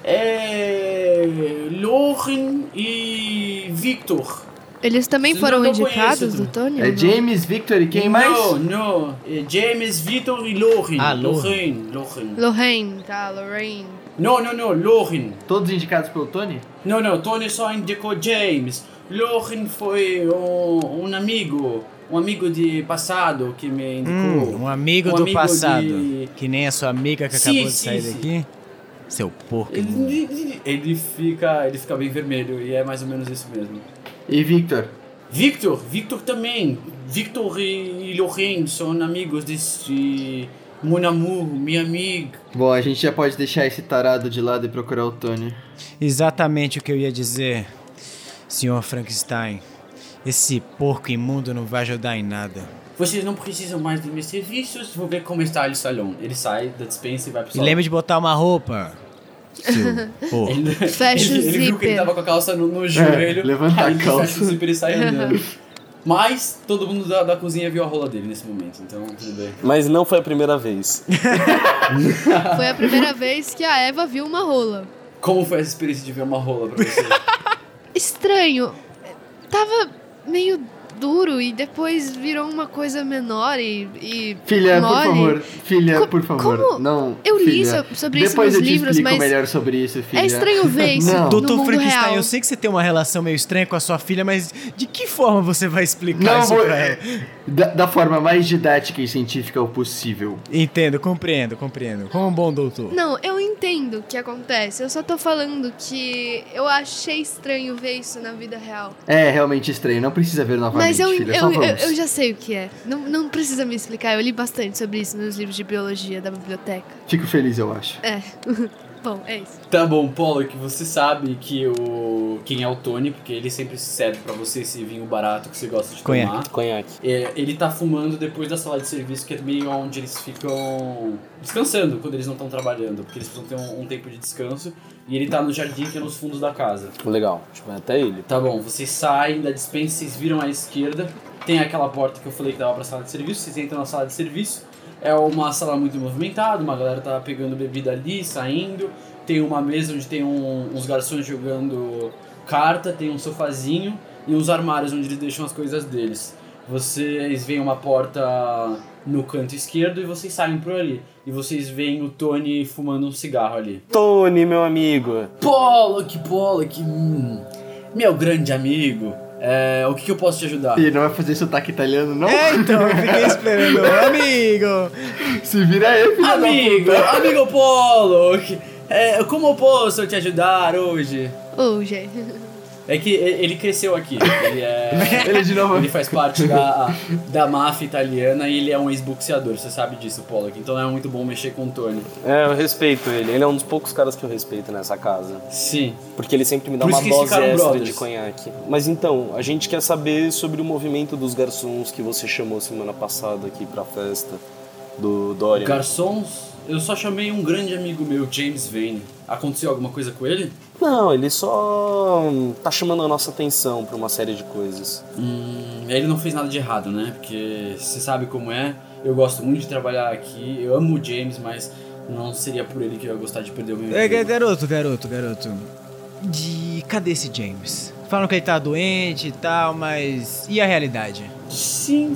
Lauren e Victor. Eles também Vocês foram não indicados conhecem, do Tony? É ou não? James, Victor e quem mais? Não. James, Victor e Lauren. Lauren. Lorraine. Não, Lauren. Todos indicados pelo Tony? Não, Tony só indicou James. Lauren foi um amigo de passado que me indicou. Um amigo do passado. de- Que nem a sua amiga que Sim, acabou de sim, sair sim. daqui. Seu porco. imundo. Ele fica bem vermelho e é mais ou menos isso mesmo. E Victor? Victor também. Victor e Lauren são amigos Mon amour, minha amiga. Bom, a gente já pode deixar esse tarado de lado e procurar o Tony. Exatamente o que eu ia dizer, Sr. Frankenstein. Esse porco imundo não vai ajudar em nada. Vocês não precisam mais dos meus serviços, vou ver como está o salão. Ele sai da despensa e vai pro E salão. lembre de botar uma roupa, seu porco. Fecha o Ele viu que ele zíper. tava com a calça no joelho, levanta aí a ele calça. fecha o zíper e sai andando. Mas todo mundo da cozinha viu a rola dele nesse momento, então tudo bem. Mas não foi a primeira vez. Foi a primeira vez que a Eva viu uma rola. Como foi essa experiência de ver uma rola pra você? Estranho. Tava meio duro e depois virou uma coisa menor e Filha, mole. por favor. Filha, por favor. como? Não, Eu li filha. sobre isso Depois nos eu te livros, explico mas melhor sobre isso, filha. é estranho ver isso Não. no Doutor mundo Frankenstein, real. eu sei que você tem uma relação meio estranha com a sua filha, mas de que forma você vai explicar Não, isso vou... pra ela? Da forma mais didática e científica possível. Entendo, compreendo. Como um bom doutor. Não, eu entendo o que acontece. Eu só tô falando que eu achei estranho ver isso na vida real. É realmente estranho, não precisa ver novamente, Mas filha. Só vamos. eu já sei o que é. Não precisa me explicar. Eu li bastante sobre isso nos livros de biologia da biblioteca. Fico feliz, eu acho. É. Bom, é isso. Tá bom, Pollock, você sabe que quem é o Tony, porque ele sempre serve pra você esse vinho barato que você gosta de Conhaque. tomar. Conhaque. Ele tá fumando depois da sala de serviço, que é meio onde eles ficam descansando quando eles não estão trabalhando, porque eles precisam ter um tempo de descanso. E ele tá no jardim, que é nos fundos da casa. Legal. A gente vai até ele. Tá bom, vocês saem da despensa, vocês viram à esquerda, tem aquela porta que eu falei que dava pra sala de serviço, vocês entram na sala de serviço. É uma sala muito movimentada, uma galera tá pegando bebida ali, saindo. Tem uma mesa onde tem uns garçons jogando carta, tem um sofazinho e uns armários onde eles deixam as coisas deles. Vocês veem uma porta no canto esquerdo e vocês saem por ali. E vocês veem o Tony fumando um cigarro ali. Tony, meu amigo. Pollock, meu grande amigo. O que eu posso te ajudar? E não vai fazer sotaque italiano, não? É, então, eu fiquei esperando. Amigo! Se vira aí, filha Amigo Pollock, como eu posso te ajudar hoje? Hoje. É que ele cresceu aqui, Ele de novo. ele faz parte da máfia italiana e ele é um ex-boxeador, você sabe disso, Pollock, então não é muito bom mexer com o Tony. Eu respeito ele. Ele é um dos poucos caras que eu respeito nessa casa. Sim. Porque ele sempre me dá Por uma isso que eles dose ficaram extra brothers. de conhaque. Mas então, a gente quer saber sobre o movimento dos garçons que você chamou semana passada aqui pra festa do Dorian. Garçons, eu só chamei um grande amigo meu, James Vane. Aconteceu alguma coisa com ele? Não, ele só tá chamando a nossa atenção pra uma série de coisas. Ele não fez nada de errado, né? Porque você sabe como é. Eu gosto muito de trabalhar aqui. Eu amo o James, mas não seria por ele que eu ia gostar de perder o meu emprego. Garoto. Cadê esse James? Falam que ele tá doente e tal, mas... E a realidade? Sim.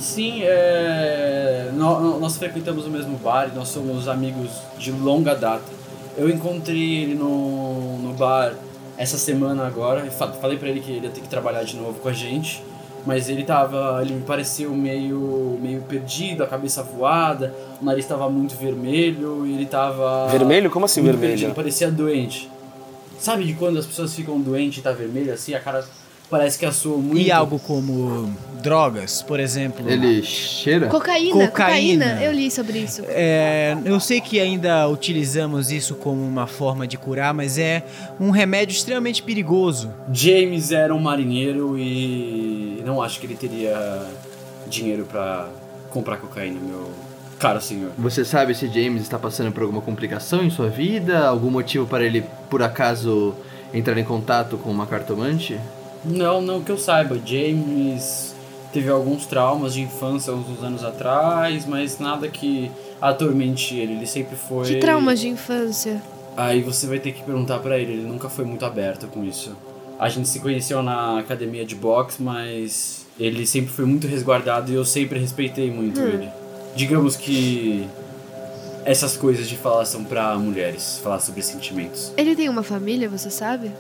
Nós frequentamos o mesmo bar e nós somos amigos de longa data. Eu encontrei ele no bar essa semana agora. Falei pra ele que ele ia ter que trabalhar de novo com a gente. Mas ele me pareceu meio perdido, a cabeça voada, o nariz tava muito vermelho e ele tava... Vermelho? Como assim muito vermelho? Perdido, parecia doente. Sabe de quando as pessoas ficam doentes e tá vermelho assim, a cara parece que assou muito? E algo como drogas, por exemplo? Ele cheira? Cocaína. Eu li sobre isso. Eu sei que ainda utilizamos isso como uma forma de curar, mas é um remédio extremamente perigoso. James era um marinheiro e não acho que ele teria dinheiro pra comprar cocaína, meu caro senhor. Você sabe se James está passando por alguma complicação em sua vida? Algum motivo para ele, por acaso, entrar em contato com uma cartomante? Não que eu saiba. James teve alguns traumas de infância uns anos atrás, mas nada que atormente ele. Ele sempre foi... Que traumas de infância? Aí você vai ter que perguntar pra ele nunca foi muito aberto com isso. A gente se conheceu na academia de boxe, mas ele sempre foi muito resguardado e eu sempre respeitei muito ele. Digamos que essas coisas de falar são pra mulheres, falar sobre sentimentos. Ele tem uma família, você sabe?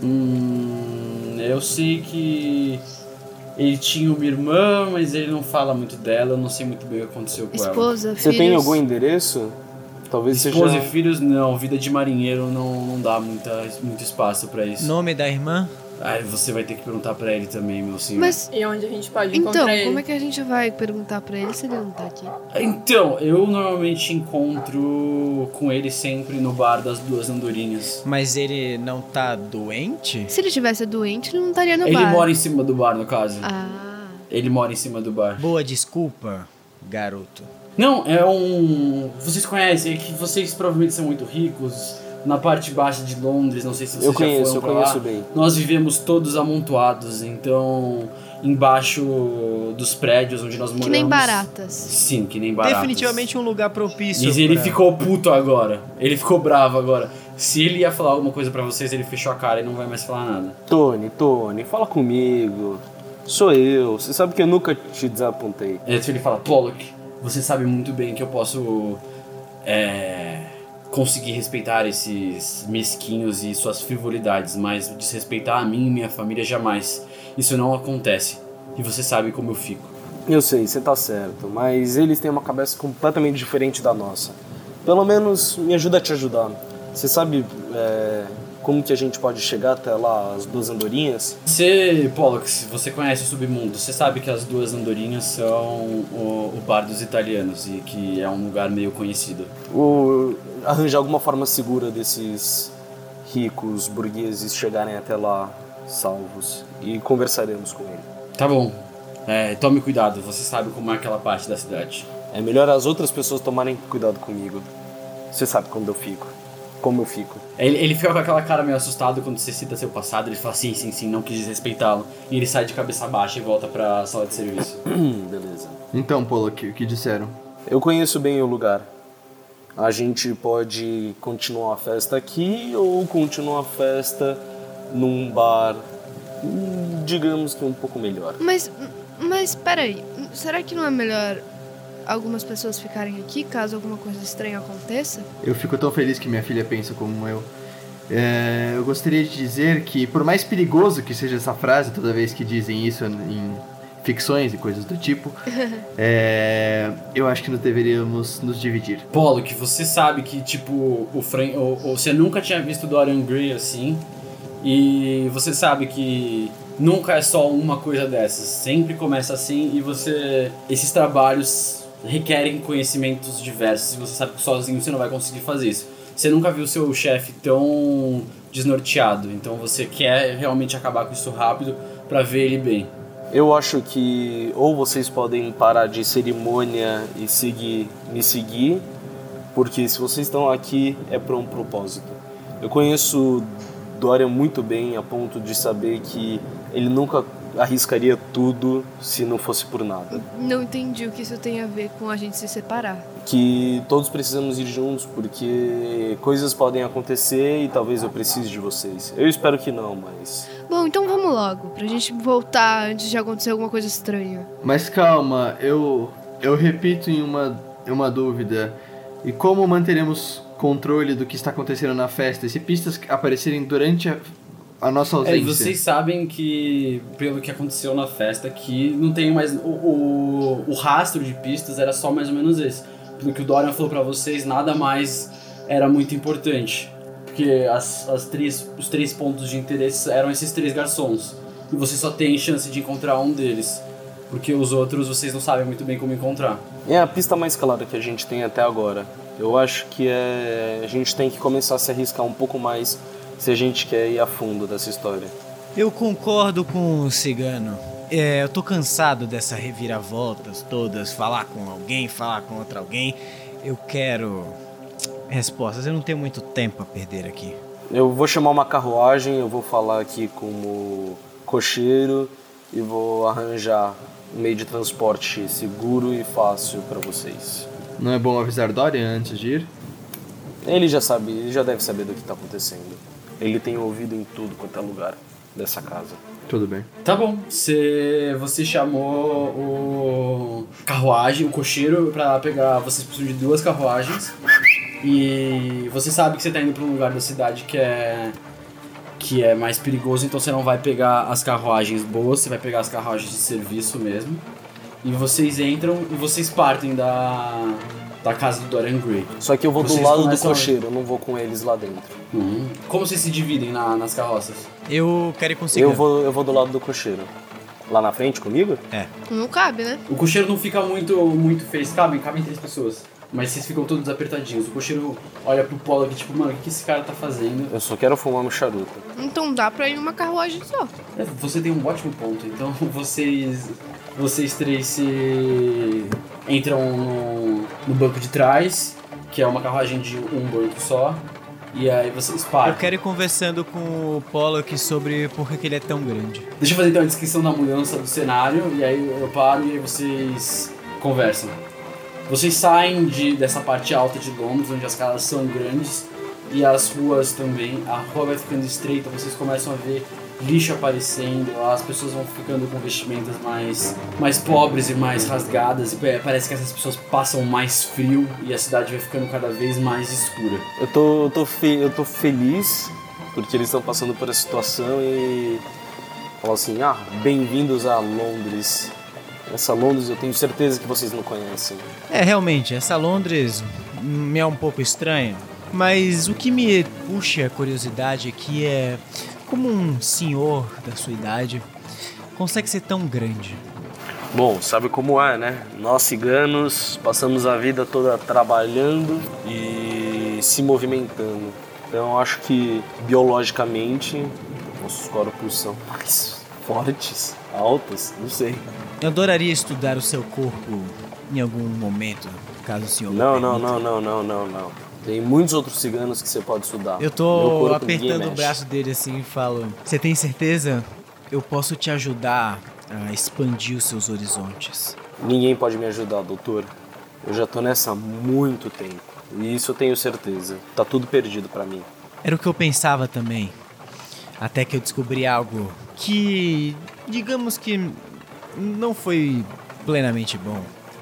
Eu sei que ele tinha uma irmã, mas ele não fala muito dela, eu não sei muito bem o que aconteceu com ela. Esposa, Você filhos? tem algum endereço? Talvez Esposa seja... e filhos, não. Vida de marinheiro não dá muito espaço pra isso. Nome da irmã? Aí você vai ter que perguntar pra ele também, meu senhor. Mas, E onde a gente pode então, encontrar ele? como é que a gente vai perguntar pra ele se ele não tá aqui? Então, eu normalmente encontro com ele sempre no bar das Duas Andorinhas. Mas ele não tá doente? Se ele tivesse doente, ele não estaria no Ele bar. mora em cima do bar, no caso. Ah. Ele mora em cima do bar. Boa desculpa, garoto. Não, é um... Vocês conhecem, é que vocês provavelmente são muito ricos. Na parte baixa de Londres, não sei se vocês Eu já conheço, foram eu pra conheço lá. bem. Nós vivemos todos amontoados, então... Embaixo dos prédios onde nós moramos... Que nem baratas. Sim, que nem baratas. Definitivamente um lugar propício. Mas ele pra- ficou puto agora. Ele ficou bravo agora. Se ele ia falar alguma coisa pra vocês, ele fechou a cara e não vai mais falar nada. Tony, fala comigo. Sou eu. Você sabe que eu nunca te desapontei. Ele fala, Pollock, você sabe muito bem que eu posso conseguir respeitar esses mesquinhos e suas frivolidades, mas desrespeitar a mim e minha família jamais. Isso não acontece. E você sabe como eu fico. Eu sei, você tá certo, mas eles têm uma cabeça completamente diferente da nossa. Pelo menos me ajuda a te ajudar. Você sabe como que a gente pode chegar até lá, as Duas Andorinhas? Pollock, se você conhece o submundo, você sabe que as Duas Andorinhas são o bar dos italianos e que é um lugar meio conhecido. Ou arranjar alguma forma segura desses ricos burgueses chegarem até lá salvos e conversaremos com ele. Tá bom. Tome cuidado, você sabe como é aquela parte da cidade. É melhor as outras pessoas tomarem cuidado comigo. Você sabe como eu fico. Ele fica com aquela cara meio assustado quando você cita seu passado, ele fala sim, não quis desrespeitá-lo. E ele sai de cabeça baixa e volta pra sala de serviço. Beleza. Então, Pollock, o que disseram? Eu conheço bem o lugar. A gente pode continuar a festa aqui ou continuar a festa num bar, digamos que um pouco melhor. Mas peraí, será que não é melhor algumas pessoas ficarem aqui caso alguma coisa estranha aconteça? Eu fico tão feliz que minha filha pensa como eu. Eu gostaria de dizer que, por mais perigoso que seja essa frase, toda vez que dizem isso em ficções e coisas do tipo, eu acho que nós deveríamos nos dividir. Pollock, você sabe que, tipo, você nunca tinha visto Dorian Gray assim, e você sabe que nunca é só uma coisa dessas, sempre começa assim, e esses trabalhos requerem conhecimentos diversos, e você sabe que sozinho você não vai conseguir fazer isso. Você nunca viu seu chefe tão desnorteado, então você quer realmente acabar com isso rápido pra ver ele bem. Eu acho que ou vocês podem parar de cerimônia e me seguir, porque se vocês estão aqui é por um propósito. Eu conheço Dorian muito bem a ponto de saber que ele nunca arriscaria tudo se não fosse por nada. Não entendi o que isso tem a ver com a gente se separar. Que todos precisamos ir juntos porque coisas podem acontecer e talvez eu precise de vocês. Eu espero que não, mas... Bom, então vamos logo, pra gente voltar antes de acontecer alguma coisa estranha. Mas calma, eu repito em uma dúvida. E como manteremos controle do que está acontecendo na festa? E se pistas aparecerem durante a nossa ausência? E vocês sabem que, pelo que aconteceu na festa, que não tem mais... O rastro de pistas era só mais ou menos esse. Pelo que o Dorian falou pra vocês, nada mais era muito importante. Porque os 3 pontos de interesse eram esses 3 garçons. E você só tem chance de encontrar um deles. Porque os outros vocês não sabem muito bem como encontrar. É a pista mais clara que a gente tem até agora. Eu acho que a gente tem que começar a se arriscar um pouco mais se a gente quer ir a fundo dessa história. Eu concordo com o cigano. Eu tô cansado dessa reviravoltas todas, falar com alguém, falar com outro alguém. Eu quero respostas, eu não tenho muito tempo a perder aqui. Eu vou chamar uma carruagem, eu vou falar aqui com o cocheiro e vou arranjar um meio de transporte seguro e fácil para vocês. Não é bom avisar Dorian antes de ir? Ele já deve saber do que tá acontecendo. Ele tem ouvido em tudo quanto é lugar dessa casa. Tudo bem. Tá bom, você chamou o cocheiro pra pegar, vocês precisam de 2 carruagens. E você sabe que você tá indo pra um lugar da cidade que é mais perigoso, então você não vai pegar as carruagens boas, você vai pegar as carruagens de serviço mesmo. E vocês entram e vocês partem da casa do Dorian Gray. Só que eu vou do Vocês lado do começam a- cocheiro, eu não vou com eles lá dentro. Como vocês se dividem nas carroças? Eu quero ir com o cigano. Eu vou do lado do cocheiro. Lá na frente comigo? Não cabe, né? O cocheiro não fica muito feio. Cabem 3 pessoas. Mas vocês ficam todos apertadinhos. O cocheiro olha pro Polo aqui, tipo, mano, o que esse cara tá fazendo? Eu só quero fumar meu charuto. Então dá pra ir numa carruagem só. Você tem um ótimo ponto. Então vocês 3 se entram no banco de trás, que é uma carruagem de um banco só. E aí vocês param. Eu quero ir conversando com o Pollock sobre por que ele é tão grande. Deixa eu fazer então a descrição da mudança do cenário, e aí eu paro e aí vocês conversam. Vocês saem dessa parte alta de Londres, onde as casas são grandes, e as ruas também. A rua vai ficando estreita, vocês começam a ver lixo aparecendo, as pessoas vão ficando com vestimentas mais pobres e mais rasgadas, e parece que essas pessoas passam mais frio, e a cidade vai ficando cada vez mais escura. Eu tô feliz porque eles estão passando por essa situação e falam assim, bem-vindos a Londres. Essa Londres eu tenho certeza que vocês não conhecem. Realmente, essa Londres me é um pouco estranha, mas o que me puxa a curiosidade aqui é como um senhor da sua idade consegue ser tão grande. Bom, sabe como é, né? Nós ciganos passamos a vida toda trabalhando e se movimentando. Então eu acho que biologicamente nossos corpos são mais fortes, altos, não sei. Eu adoraria estudar o seu corpo em algum momento, caso o senhor me Não. permita. Tem muitos outros ciganos que você pode estudar. Eu Meu tô corpo ninguém apertando o mexe. braço dele assim e falo: você tem certeza? Eu posso te ajudar a expandir os seus horizontes. Ninguém pode me ajudar, doutor. Eu já tô nessa há muito tempo. E isso eu tenho certeza. Tá tudo perdido pra mim. Era o que eu pensava também. Até que eu descobri algo que, digamos que não foi plenamente bom,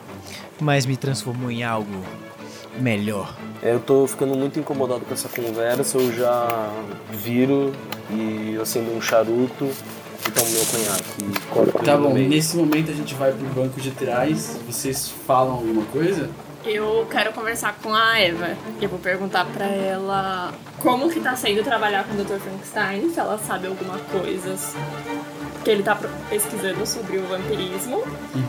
mas me transformou em algo melhor. Eu tô ficando muito incomodado com essa conversa. Eu já viro e acendo um charuto e tomo meu conhaque. E corto Tá ele no bom, meio. nesse momento a gente vai pro banco de trás. Vocês falam alguma coisa? Eu quero conversar com a Eva. Eu vou perguntar pra ela como que tá sendo trabalhar com o Dr. Frankenstein, se ela sabe alguma coisa que ele tá pesquisando sobre o vampirismo.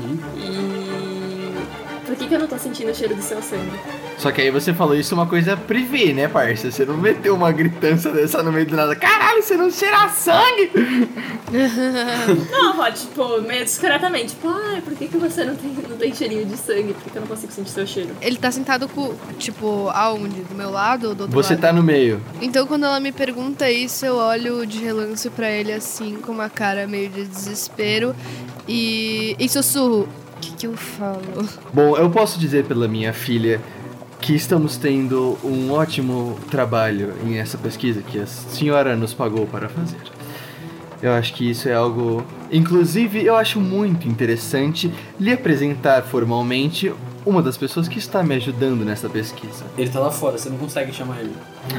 E por que eu não tô sentindo o cheiro do seu sangue? Só que aí você falou isso uma coisa privê, né, parça? Você não meteu uma gritança dessa no meio do nada. Caralho, você não cheira sangue! Não, Rod, tipo, meio discretamente. Tipo, por que você não tem cheirinho de sangue? Por que eu não consigo sentir seu cheiro? Ele tá sentado com, tipo, aonde? Do meu lado ou do outro Você lado? tá no meio. Então quando ela me pergunta isso, eu olho de relance pra ele assim, com uma cara meio de desespero e sussurro. O que eu falo? Bom, eu posso dizer pela minha filha que estamos tendo um ótimo trabalho em essa pesquisa que a senhora nos pagou para fazer. Eu acho que isso é algo... Inclusive, eu acho muito interessante lhe apresentar formalmente uma das pessoas que está me ajudando nessa pesquisa. Ele tá lá fora, você não consegue chamar ele.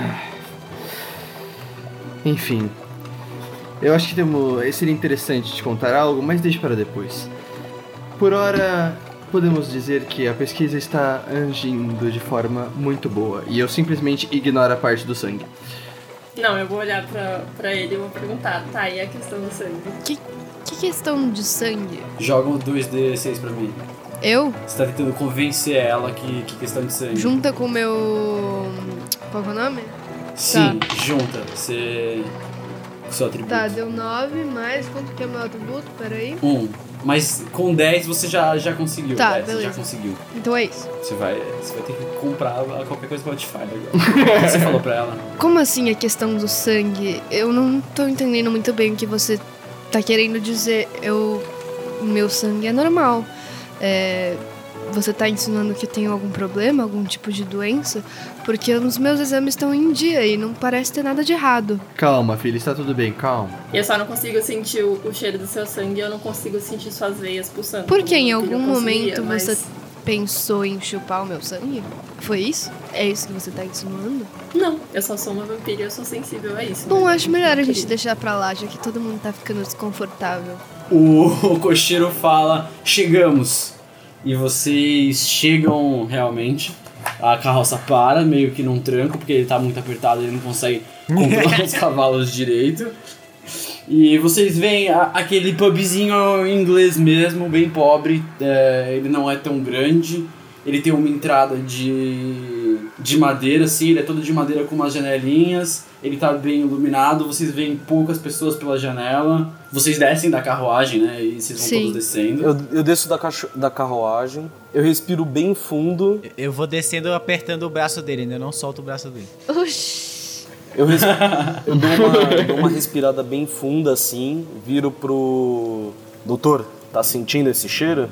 Enfim, eu acho que seria interessante te contar algo, mas deixe para depois. Por ora, podemos dizer que a pesquisa está agindo de forma muito boa e eu simplesmente ignoro a parte do sangue. Não, eu vou olhar pra ele e vou perguntar, tá, e a questão do sangue? Que questão de sangue? Joga um 2d6 pra mim. Eu? Você tá tentando convencer ela que questão de sangue. Junta com o meu... Qual que é o nome? Sim, junta. Você... O seu atributo. Tá, deu 9, mais quanto que é o meu atributo? Peraí. 1. Mas com 10 você já conseguiu. Tá, 10 você beleza. já conseguiu. Então é isso. Você vai ter que comprar qualquer coisa que ela te fale agora. O que você falou pra ela? Como assim a questão do sangue? Eu não tô entendendo muito bem o que você tá querendo dizer. Meu sangue é normal. Você tá insinuando que eu tenho algum problema, algum tipo de doença? Porque os meus exames estão em dia e não parece ter nada de errado. Calma, filha, está tudo bem, calma. Eu só não consigo sentir o cheiro do seu sangue, eu não consigo sentir suas veias pulsando. Porque em como um algum vampiro conseguia, momento mas- você pensou em chupar o meu sangue? Foi isso? É isso que você tá insinuando? Não, eu só sou uma vampira e eu sou sensível a isso. Bom, né? acho melhor a gente Querida. deixar pra lá, já que todo mundo tá ficando desconfortável. O cocheiro fala, chegamos. E vocês chegam realmente. A carroça para, meio que num tranco, porque ele tá muito apertado, ele não consegue controlar os cavalos direito. E vocês veem aquele pubzinho inglês mesmo, bem pobre, ele não é tão grande, ele tem uma entrada de madeira, assim, ele é todo de madeira com umas janelinhas, ele tá bem iluminado, vocês veem poucas pessoas pela janela, vocês descem da carruagem, né, e vocês vão todos descendo. Eu desço da carruagem, eu respiro bem fundo. Eu vou descendo apertando o braço dele, né? Eu não solto o braço dele. Oxi. Eu dou uma respirada bem funda assim, viro pro... Doutor, tá sentindo esse cheiro?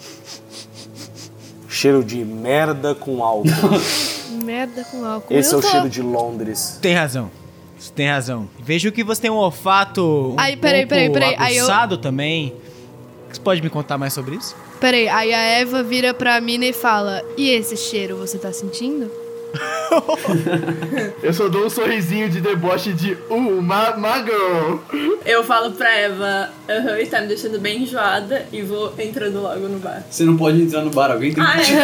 Cheiro de merda com álcool. Merda com álcool. Esse é o cheiro de Londres. Tem razão. Você tem razão. Vejo que você tem um olfato Peraí. aguçado também. Você pode me contar mais sobre isso? Peraí, aí a Eva vira pra mina e fala: e esse cheiro você tá sentindo? Eu só dou um sorrisinho de deboche de my girl. Eu falo pra Eva, isso tá me deixando bem enjoada e vou entrando logo no bar. Você não pode entrar no bar, alguém tem que te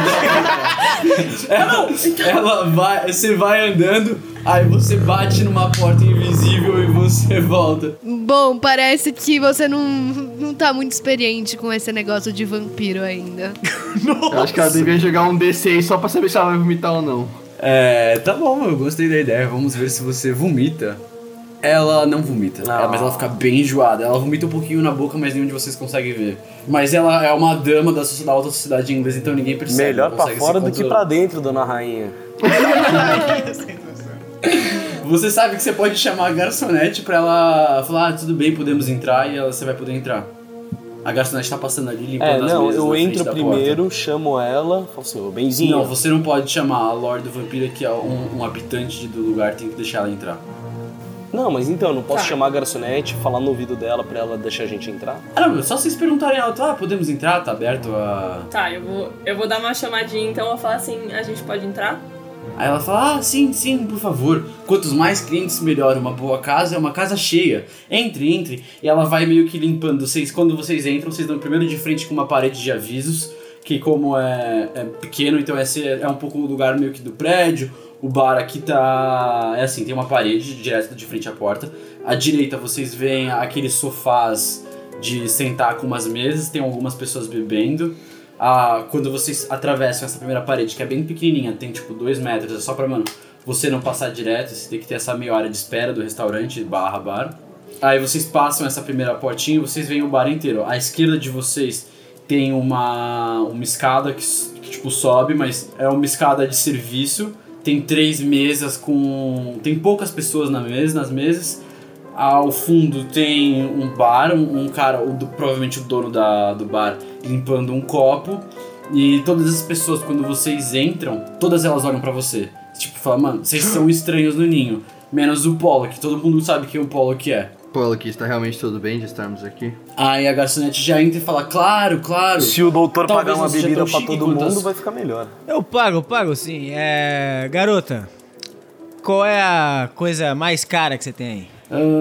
ela vai, você vai andando, aí você bate numa porta invisível e você volta. Bom, parece que você não tá muito experiente com esse negócio de vampiro ainda. Eu acho que ela devia jogar um D6 só pra saber se ela vai vomitar ou não. Tá bom, eu gostei da ideia. Vamos ver se você vomita. Ela não vomita, mas ela fica bem enjoada. Ela vomita um pouquinho na boca, mas nenhum de vocês consegue ver. Mas ela é uma dama da alta sociedade inglesa, então ninguém percebe. Melhor pra fora do que pra dentro, dona rainha. Você sabe que você pode chamar a garçonete pra ela falar, tudo bem, podemos entrar, e você vai poder entrar. A garçonete tá passando ali, limpando as mesas. Eu entro primeiro, chamo ela, falo assim, ô, benzinho. Não, você não pode chamar a Lorde do Vampiro, que é um habitante do lugar, tem que deixar ela entrar. Não, mas então, eu não posso chamar a garçonete, falar no ouvido dela pra ela deixar a gente entrar? Não, só vocês perguntarem a ela, podemos entrar, tá aberto a... Tá, eu vou dar uma chamadinha, então eu vou falar assim, a gente pode entrar? Aí ela fala, sim, por favor. Quantos mais clientes, melhor. Uma boa casa é uma casa cheia. Entre. E ela vai meio que limpando vocês. Quando vocês entram, vocês dão primeiro de frente com uma parede de avisos, que como é pequeno, então é um pouco o lugar meio que do prédio. O bar aqui tá... É assim, tem uma parede direto de frente à porta. À direita vocês veem aqueles sofás de sentar com umas mesas. Tem algumas pessoas bebendo. Quando vocês atravessam essa primeira parede, que é bem pequenininha, tem tipo 2 metros, é só pra, você não passar direto, você tem que ter essa meia hora de espera do restaurante /bar. Aí vocês passam essa primeira portinha e vocês veem o bar inteiro. À esquerda de vocês tem uma escada que tipo sobe, mas é uma escada de serviço. Tem 3 mesas tem poucas pessoas nas mesas. Ao fundo tem um bar, um cara, provavelmente o dono do bar, limpando um copo. E todas as pessoas, quando vocês entram, todas elas olham pra você. Tipo, falam, vocês são estranhos no ninho. Menos o Pollock, todo mundo sabe quem o Pollock é. Pollock, está realmente tudo bem de estarmos aqui? Aí a garçonete já entra e fala, claro. Se o doutor Talvez pagar uma não seja bebida tão pra todo chique mundo, vai ficar melhor. Eu pago sim. Garota, qual é a coisa mais cara que você tem aí?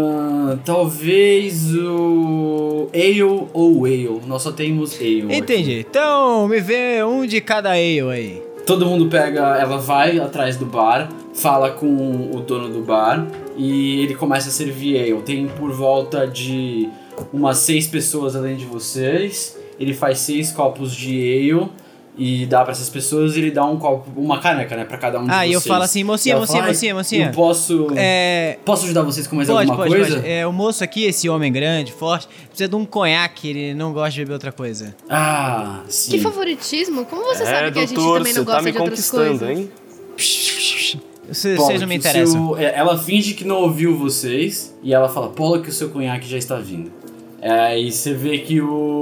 Talvez o ale ou ale. Nós só temos ale. Entendi. Aqui. Então me vê um de cada ale aí. Todo mundo ela vai atrás do bar, fala com o dono do bar e ele começa a servir ale. Tem por volta de umas 6 pessoas além de vocês. Ele faz 6 copos de ale e dá pra essas pessoas, ele dá um copo, uma caneca, né, pra cada um de vocês. E eu falo assim, mocinha. Eu posso ajudar vocês com mais alguma coisa? Pode. O moço aqui, esse homem grande, forte, precisa de um conhaque, ele não gosta de beber outra coisa. Sim. Que favoritismo? Como você sabe que a gente também não gosta de outras coisas? Hein? Vocês não me interessam. Ela finge que não ouviu vocês e ela fala, Pollock, que o seu conhaque já está vindo. Aí você vê que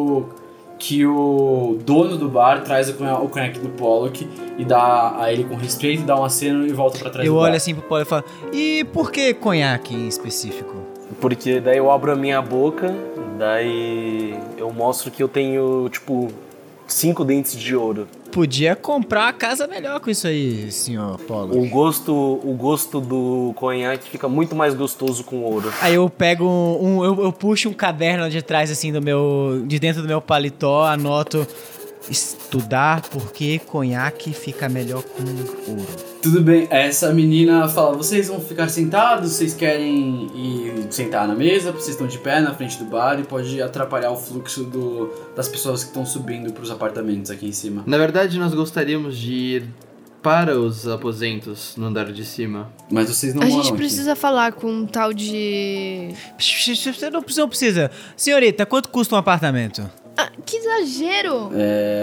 o dono do bar traz o conhaque do Pollock e dá a ele com respeito, dá um aceno e volta pra trás do bar. Eu olho assim pro Pollock e falo, e por que conhaque em específico? Porque daí eu abro a minha boca, daí eu mostro que eu tenho, 5 dentes de ouro. Podia comprar uma casa melhor com isso aí, senhor Pollock. O gosto do conhaque fica muito mais gostoso com ouro. Aí eu pego eu puxo um caderno de trás, assim, de dentro do meu paletó, anoto estudar por que conhaque fica melhor com ouro. Tudo bem, essa menina fala, vocês vão ficar sentados, vocês querem ir sentar na mesa, vocês estão de pé na frente do bar e pode atrapalhar o fluxo das pessoas que estão subindo pros apartamentos aqui em cima. Na verdade, nós gostaríamos de ir para os aposentos no andar de cima. Mas vocês não A moram gente aqui. precisa falar com um tal de... Você não precisa. Senhorita, quanto custa um apartamento? Ah, que exagero!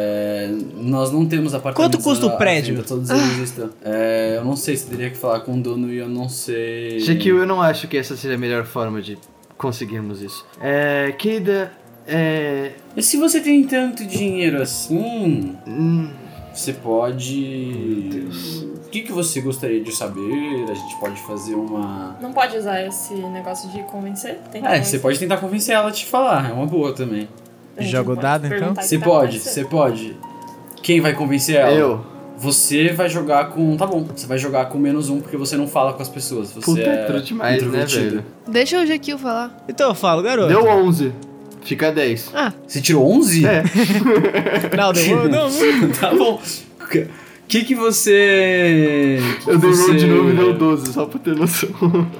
Nós não temos apartamentos. Quanto custa o à prédio? venda, todos eles estão. Eu não sei se teria que falar com o dono e eu não sei. Shaquille, eu não acho que essa seja a melhor forma de conseguirmos isso. Querida, E se você tem tanto dinheiro assim, você pode... Deus. O que você gostaria de saber? A gente pode fazer uma... Não pode usar esse negócio de convencer? Você pode tentar convencer ela a te falar, é uma boa também. A gente Joga o pode dado, então? perguntar o que Você tá pode, acontecendo. você pode. Quem vai convencer ela? Eu. Você vai jogar com... Tá bom, você vai jogar com -1 porque você não fala com as pessoas. Você Puta, é truta demais, né, introvertido. velho? Deixa o Jekyll falar. Então eu falo, garoto. Deu 11. Fica 10. Ah, Você tirou 11? Não, não. Tá bom. Que você... Eu dei roll de novo e deu 12, só pra ter noção.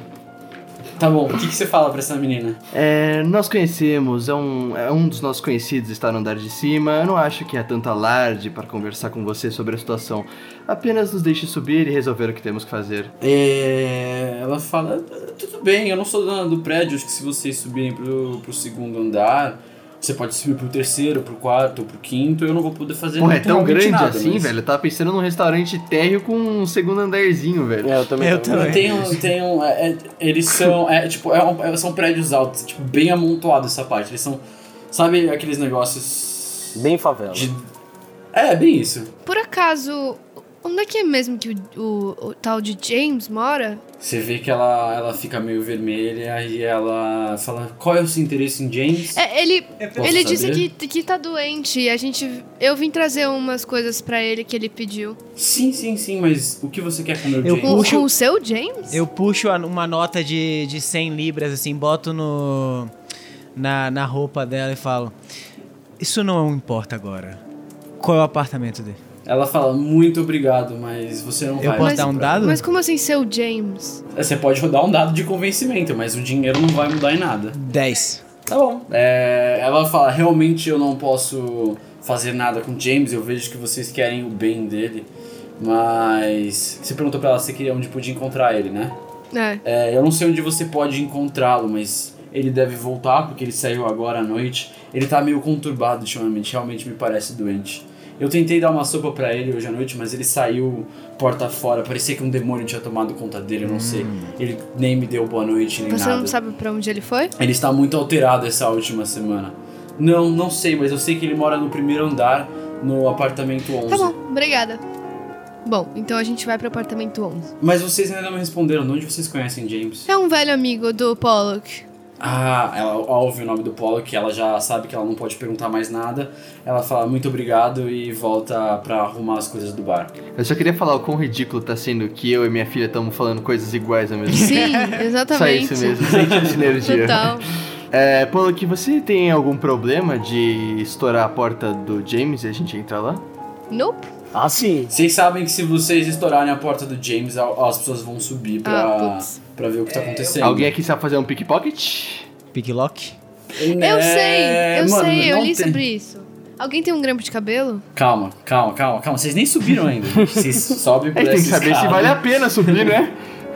Tá bom, o que você fala pra essa menina? Nós conhecemos, é um dos nossos conhecidos está no andar de cima. Eu não acho que há tanto alarde para conversar com você sobre a situação. Apenas nos deixe subir e resolver o que temos que fazer. Ela fala, tudo bem, eu não sou dona do prédio, acho que se vocês subirem pro segundo andar, você pode subir pro terceiro, pro quarto, pro quinto, eu não vou poder fazer Porra, é tão naturalmente grande nada, assim, mas... velho? Eu tava pensando num restaurante térreo com um segundo andarzinho, velho. Eu também. Eu também. Eles são, são prédios altos, tipo, bem amontoados essa parte, eles são, sabe aqueles negócios... Bem favela. Bem isso. por acaso, onde é que é mesmo que o tal de James mora? Você vê que ela fica meio vermelha e ela fala, qual é o seu interesse em James? Ele Posso disse saber? que tá doente e eu vim trazer umas coisas pra ele que ele pediu. Sim, mas o que você quer com o meu Eu James? puxo- Com o seu James? Eu puxo uma nota de 100 libras, assim, boto na roupa dela e falo: isso não importa agora. Qual é o apartamento dele? Ela fala, muito obrigado, mas você não Eu vai... posso dar um dado? Mas como assim seu James? Você pode rodar um dado de convencimento, mas o dinheiro não vai mudar em nada. 10. Tá bom. Ela fala, realmente eu não posso fazer nada com o James, eu vejo que vocês querem o bem dele, mas... Você perguntou pra ela se queria onde podia encontrar ele, né? Eu não sei onde você pode encontrá-lo, mas ele deve voltar, porque ele saiu agora à noite. Ele tá meio conturbado ultimamente, realmente me parece doente. Eu tentei dar uma sopa pra ele hoje à noite, mas ele saiu porta fora. Parecia que um demônio tinha tomado conta dele, eu não sei. Ele nem me deu boa noite, nem Você nada. não sabe pra onde ele foi? Ele está muito alterado essa última semana. Não sei, mas eu sei que ele mora no primeiro andar, no apartamento 11. Tá bom, obrigada. Bom, então a gente vai pro apartamento 11. Mas vocês ainda não me responderam, de onde vocês conhecem James? É um velho amigo do Pollock. Ela ouve o nome do Pollock, ela já sabe que ela não pode perguntar mais nada. Ela fala muito obrigado e volta pra arrumar as coisas do bar. Eu só queria falar o quão ridículo tá sendo que eu e minha filha estamos falando coisas iguais ao mesmo tempo. Sim, Só exatamente. isso mesmo, sente sinergia. Total. Paulo, que você tem algum problema de estourar a porta do James e a gente entrar lá? Nope. Ah, sim. Vocês sabem que se vocês estourarem a porta do James, as pessoas vão subir putz. pra ver o que tá acontecendo. Alguém aqui sabe fazer um pickpocket? Picklock? Eu sei, eu não li tem- sobre isso. Alguém tem um grampo de cabelo? Calma. Vocês nem subiram ainda. Gente. Vocês sobem por A gente tem que essa saber se escada. vale a pena subir, né?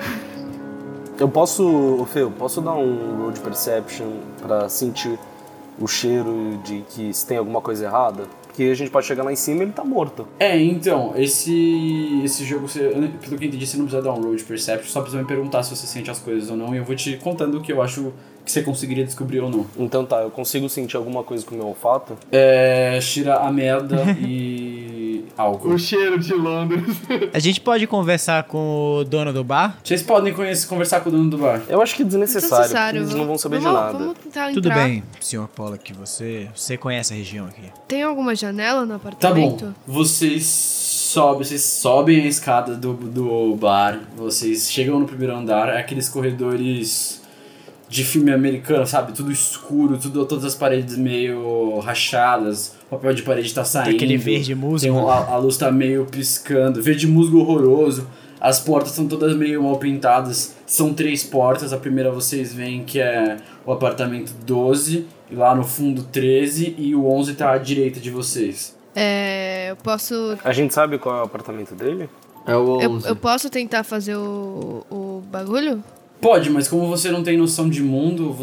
Eu posso dar um roll de perception pra sentir o cheiro de que se tem alguma coisa errada? Porque a gente pode chegar lá em cima e ele tá morto. Então, esse jogo, pelo que eu entendi, você não precisa dar um roll de perception, só precisa me perguntar se você sente as coisas ou não, e eu vou te contando o que eu acho que você conseguiria descobrir ou não. Então tá, eu consigo sentir alguma coisa com o meu olfato? Tira a merda e álcool. O cheiro de Londres. A gente pode conversar com o dono do bar? Vocês podem conversar com o dono do bar. Eu acho que é desnecessário, porque eles Desnecessário. não vão saber de Vamos- nada. Vamos tentar entrar. Tudo bem, Sr. Pollock, você conhece a região aqui. Tem alguma janela no Tá bom, apartamento? vocês sobem a escada do bar, vocês chegam no primeiro andar, é aqueles corredores de filme americano, sabe? Tudo escuro, todas as paredes meio rachadas, o papel de parede tá saindo. Aquele verde musgo. A luz tá meio piscando, verde musgo horroroso. As portas são todas meio mal pintadas. São 3 portas. A primeira vocês veem que é o apartamento 12, e lá no fundo 13, e o 11 tá à direita de vocês. Eu posso. A gente sabe qual é o apartamento dele? É o 11. Eu posso tentar fazer o bagulho? Pode, mas como você não tem noção de mundo,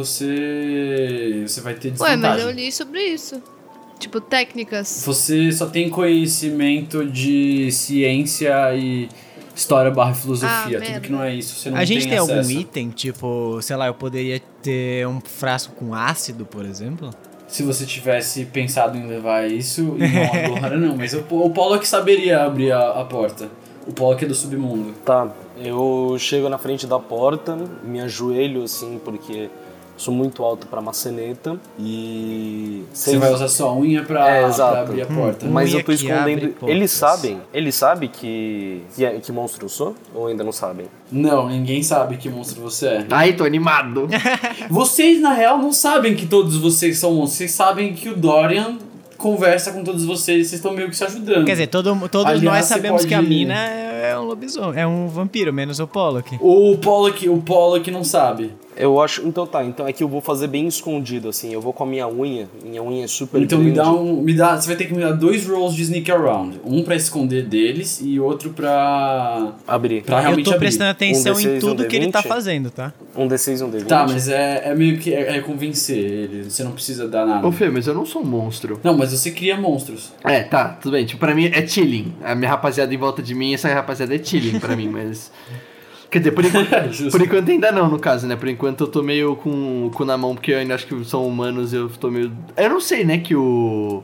você vai ter desvantagem. Ué, mas eu li sobre isso. Tipo, técnicas. Você só tem conhecimento de ciência e história / filosofia. Tudo merda. que não é isso, você não A gente tem algum acesso. item, tipo, sei lá, eu poderia ter um frasco com ácido, por exemplo? Se você tivesse pensado em levar isso, e não agora não. Mas o Pollock saberia abrir a porta. O Pollock é do submundo. Tá, eu chego na frente da porta, me ajoelho assim, porque sou muito alto pra maçaneta e... Você vai usar sua unha pra exato. abrir a porta. Mas Unha eu tô que abre escondendo... portas. Eles sabem que monstro eu sou? Ou ainda não sabem? Não, ninguém sabe que monstro você é. Ai, tô animado. Vocês, na real, não sabem que todos vocês são monstros. Vocês sabem que o Dorian conversa com todos vocês, vocês estão meio que se ajudando. Quer dizer, todos Aliás, nós você sabemos que a pode- mina é um lobisomem, é um vampiro, menos o Pollock. O Pollock não sabe. Eu acho... Então tá, então é que eu vou fazer bem escondido, assim. Eu vou com a minha unha é super Então grande. você vai ter que me dar 2 rolls de sneak around. Um pra esconder deles e outro pra Abrir. pra Eu realmente tô abrir. prestando atenção D6 em e tudo um que ele tá D20? fazendo, tá? Um D6 e um D20. Tá, mas é meio que convencer ele. Você não precisa dar nada. Ô, Fê, mas eu não sou um monstro. Não, mas você cria monstros. É, tá, tudo bem. Tipo, pra mim é chilling. A minha rapaziada em volta de mim, essa rapaziada é chilling pra mim, mas... Quer dizer, Justo. por enquanto ainda não, no caso, né? Por enquanto eu tô meio com o cu na mão, porque eu ainda acho que são humanos, eu tô meio... Eu não sei, né, que o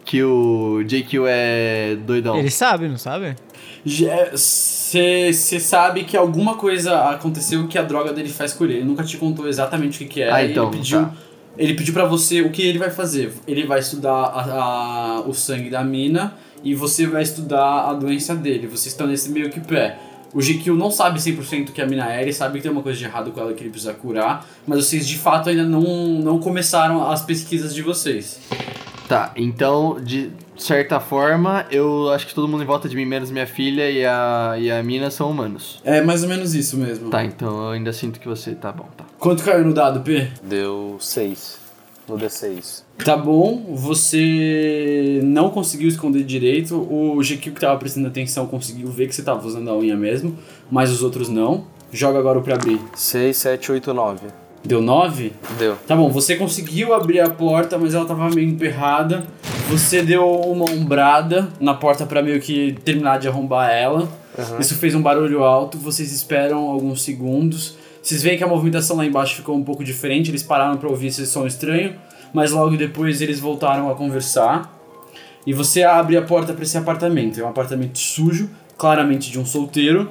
JQ é doidão. Ele sabe, não sabe? Você sabe que alguma coisa aconteceu que a droga dele faz com ele. Ele nunca te contou exatamente o que era. Ah, então, Ele pediu pra você o que ele vai fazer. Ele vai estudar o sangue da mina e você vai estudar a doença dele. Vocês estão nesse meio que pé. O GQ não sabe 100% o que a mina é, ele sabe que tem uma coisa de errado com ela que ele precisa curar, mas vocês de fato ainda não começaram as pesquisas de vocês. Tá, então, de certa forma, eu acho que todo mundo em volta de mim, menos minha filha e a mina, são humanos. É mais ou menos isso mesmo. Tá, então eu ainda sinto que você... Tá bom, tá. Quanto caiu no dado, P? Deu 6. No D6. Tá bom, você não conseguiu esconder direito. O GQ que tava prestando atenção conseguiu ver que você tava usando a unha mesmo, mas os outros não. Joga agora o pra abrir. 6, 7, 8, 9. Deu 9? Deu. Tá bom, você conseguiu abrir a porta, mas ela tava meio emperrada. Você deu uma ombrada na porta pra meio que terminar de arrombar ela. Isso fez um barulho alto, vocês esperam alguns segundos. Vocês veem que a movimentação lá embaixo ficou um pouco diferente, eles pararam pra ouvir esse som estranho, mas logo depois eles voltaram a conversar. E você abre a porta pra esse apartamento. É um apartamento sujo, claramente de um solteiro.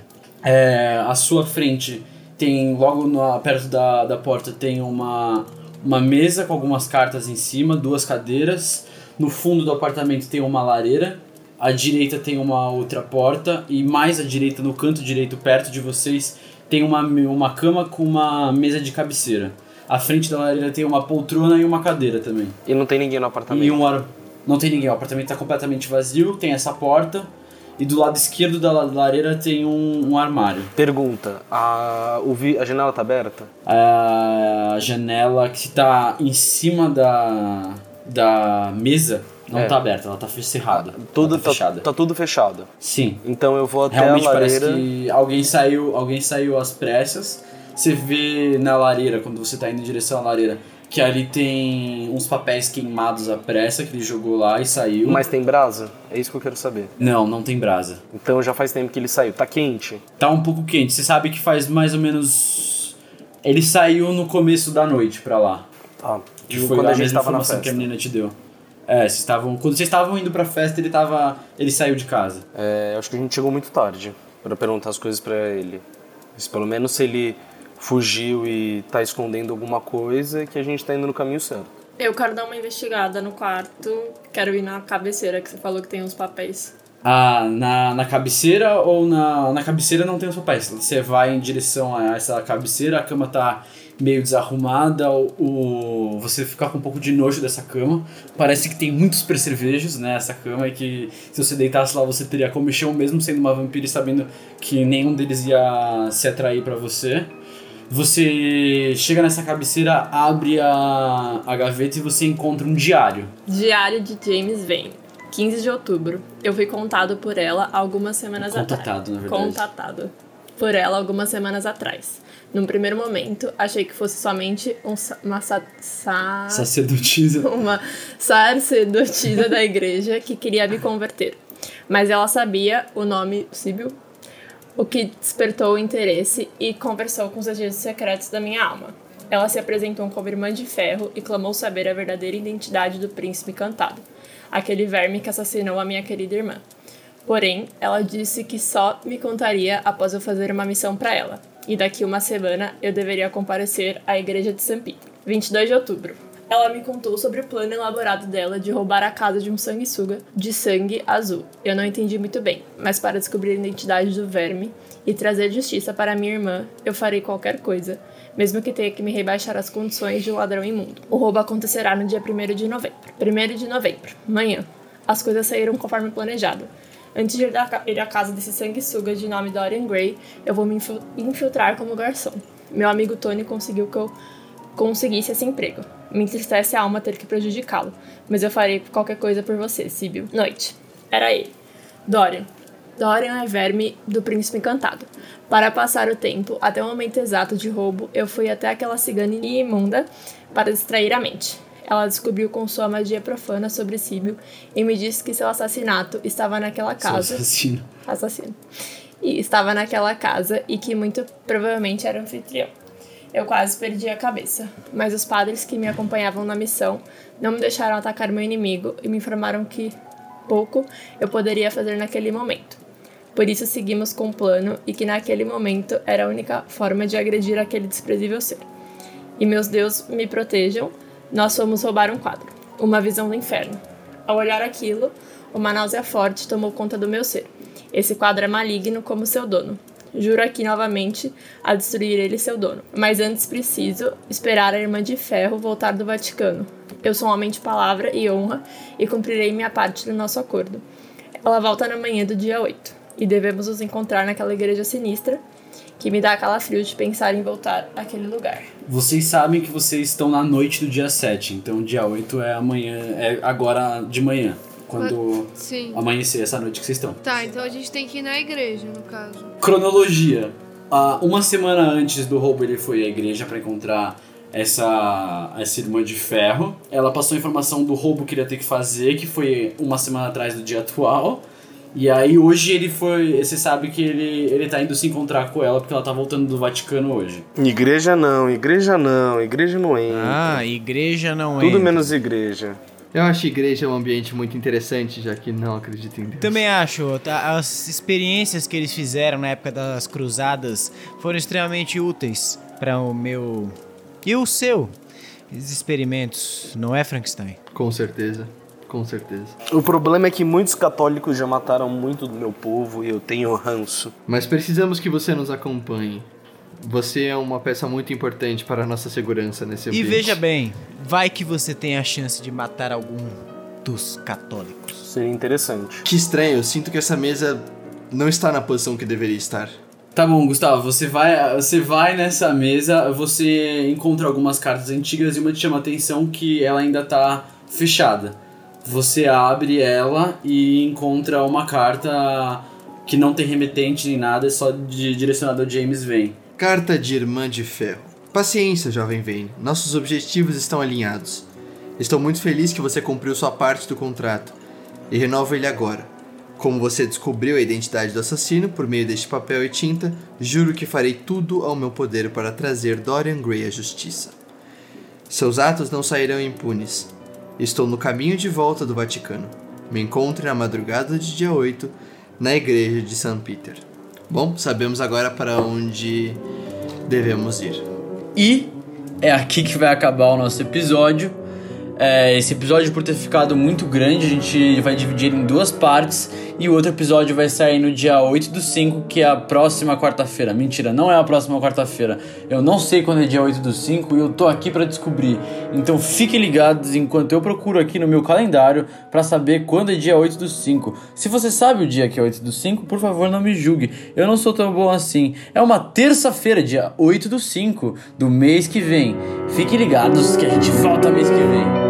À sua frente tem, logo perto da porta, tem uma mesa com algumas cartas em cima, 2 cadeiras. No fundo do apartamento tem uma lareira. À direita tem uma outra porta. E mais à direita, no canto direito, perto de vocês, tem uma cama com uma mesa de cabeceira. À frente da lareira tem uma poltrona e uma cadeira também. E não tem ninguém no apartamento. Não tem ninguém, o apartamento está completamente vazio, tem essa porta. E do lado esquerdo da lareira tem um armário. Pergunta, a janela tá aberta? A janela que está em cima da mesa não tá aberta, ela tá cerrada. Tudo ela tá fechada. tá tudo fechado. Sim. Então eu vou até Realmente a parece lareira. que alguém saiu às pressas. Você vê na lareira, quando você tá indo em direção à lareira, que ali tem uns papéis queimados à pressa que ele jogou lá e saiu. Mas tem brasa? É isso que eu quero saber. Não tem brasa. Então já faz tempo que ele saiu. Tá quente? Tá um pouco quente. Você sabe que faz mais ou menos... Ele saiu no começo da noite pra lá. Tá. Que E foi quando a a gente mesma tava na informação festa. que a menina te deu. Quando vocês estavam indo pra festa, ele saiu de casa. Acho que a gente chegou muito tarde pra perguntar as coisas pra ele. Mas pelo menos se ele fugiu e tá escondendo alguma coisa, que a gente tá indo no caminho certo. Eu quero dar uma investigada no quarto. Quero ir na cabeceira que você falou que tem uns papéis. Na cabeceira ou na cabeceira não tem os papéis. Você vai em direção a essa cabeceira, a cama tá meio desarrumada, você fica com um pouco de nojo dessa cama. Parece que tem muitos percevejos, né, essa cama, e que se você deitasse lá você teria comichão mesmo sendo uma vampira e sabendo que nenhum deles ia se atrair pra você. Você chega nessa cabeceira, abre a gaveta e você encontra um diário. Diário de James Vane, 15 de outubro. Eu fui contado por ela algumas semanas atrás. Contatado, na verdade. Contatado por ela algumas semanas atrás. Num primeiro momento, achei que fosse somente uma sacerdotisa. Uma sacerdotisa da igreja que queria me converter. Mas ela sabia o nome Síbil, o que despertou o interesse e conversou com os agentes secretos da minha alma. Ela se apresentou como irmã de ferro e clamou saber a verdadeira identidade do príncipe encantado, aquele verme que assassinou a minha querida irmã. Porém, ela disse que só me contaria após eu fazer uma missão para ela, e daqui uma semana eu deveria comparecer à igreja de St. Peter. 22 de outubro. Ela me contou sobre o plano elaborado dela de roubar a casa de um sanguessuga de sangue azul. Eu não entendi muito bem, mas para descobrir a identidade do verme e trazer justiça para minha irmã, eu farei qualquer coisa, mesmo que tenha que me rebaixar às condições de um ladrão imundo. O roubo acontecerá no dia 1º de novembro. 1º de novembro, manhã. As coisas saíram conforme planejado. Antes de ir à casa desse sanguessuga de nome Dorian Gray, eu vou me infiltrar como garçom. Meu amigo Tony conseguiu que eu conseguisse esse emprego. Me entristece a alma ter que prejudicá-lo, mas eu farei qualquer coisa por você, Síbil. Noite. Era ele. Dorian. Dorian é verme do príncipe encantado. Para passar o tempo, até o momento exato de roubo, eu fui até aquela cigana imunda para distrair a mente. Ela descobriu com sua magia profana sobre Síbil e me disse que seu assassinato estava naquela casa. Assassino. E estava naquela casa e que muito provavelmente era anfitrião. Eu quase perdi a cabeça, mas os padres que me acompanhavam na missão não me deixaram atacar meu inimigo e me informaram que pouco eu poderia fazer naquele momento. Por isso seguimos com o plano e que naquele momento era a única forma de agredir aquele desprezível ser. E meus deuses me protejam, nós fomos roubar um quadro, uma visão do inferno. Ao olhar aquilo, uma náusea forte tomou conta do meu ser. Esse quadro é maligno como seu dono. Juro aqui novamente a destruir ele, seu dono. Mas antes preciso esperar a irmã de ferro voltar do Vaticano. Eu sou um homem de palavra e honra e cumprirei minha parte do nosso acordo. Ela volta na manhã do dia 8 e devemos nos encontrar naquela igreja sinistra que me dá calafrio de pensar em voltar àquele lugar. Vocês sabem que vocês estão na noite do dia 7, então dia 8 é amanhã, é agora de manhã. Quando amanhecer essa noite que vocês estão. Tá, então a gente tem que ir na igreja, no caso. Cronologia. Uma semana antes do roubo ele foi à igreja para encontrar essa irmã de ferro. Ela passou a informação do roubo que ele ia ter que fazer, que foi uma semana atrás do dia atual. E aí hoje ele foi... Você sabe que ele tá indo se encontrar com ela porque ela tá voltando do Vaticano hoje. Igreja não entra. Igreja não entra. Tudo menos igreja. Eu acho a igreja um ambiente muito interessante, já que não acredito em Deus. Também acho. Tá? As experiências que eles fizeram na época das cruzadas foram extremamente úteis para o meu... E o seu? Esses experimentos, não é, Frankenstein? Com certeza. Com certeza. O problema é que muitos católicos já mataram muito do meu povo e eu tenho ranço. Mas precisamos que você nos acompanhe. Você é uma peça muito importante para a nossa segurança nesse ambiente. E veja bem, vai que você tem a chance de matar algum dos católicos. Seria interessante. Que estranho, eu sinto que essa mesa não está na posição que deveria estar. Tá bom, Gustavo, você vai nessa mesa, você encontra algumas cartas antigas e uma te chama a atenção que ela ainda tá fechada. Você abre ela e encontra uma carta que não tem remetente nem nada, é só direcionada ao James Vane. Carta de Irmã de Ferro. Paciência, jovem Vane. Nossos objetivos estão alinhados. Estou muito feliz que você cumpriu sua parte do contrato. E renovo ele agora. Como você descobriu a identidade do assassino por meio deste papel e tinta, juro que farei tudo ao meu poder para trazer Dorian Gray à justiça. Seus atos não sairão impunes. Estou no caminho de volta do Vaticano. Me encontre na madrugada de dia 8, na igreja de St. Peter. Bom, sabemos agora para onde devemos ir. E é aqui que vai acabar o nosso episódio. Esse episódio, por ter ficado muito grande, a gente vai dividir ele em 2 partes. E o outro episódio vai sair no dia 8/5, que é a próxima quarta-feira. Mentira, não é a próxima quarta-feira. Eu não sei quando é dia 8/5 e eu tô aqui pra descobrir. Então fiquem ligados enquanto eu procuro aqui no meu calendário pra saber quando é dia 8/5. Se você sabe o dia que é 8/5, por favor, não me julgue. Eu não sou tão bom assim. É uma terça-feira, dia 8/5 do mês que vem. Fiquem ligados que a gente volta mês que vem.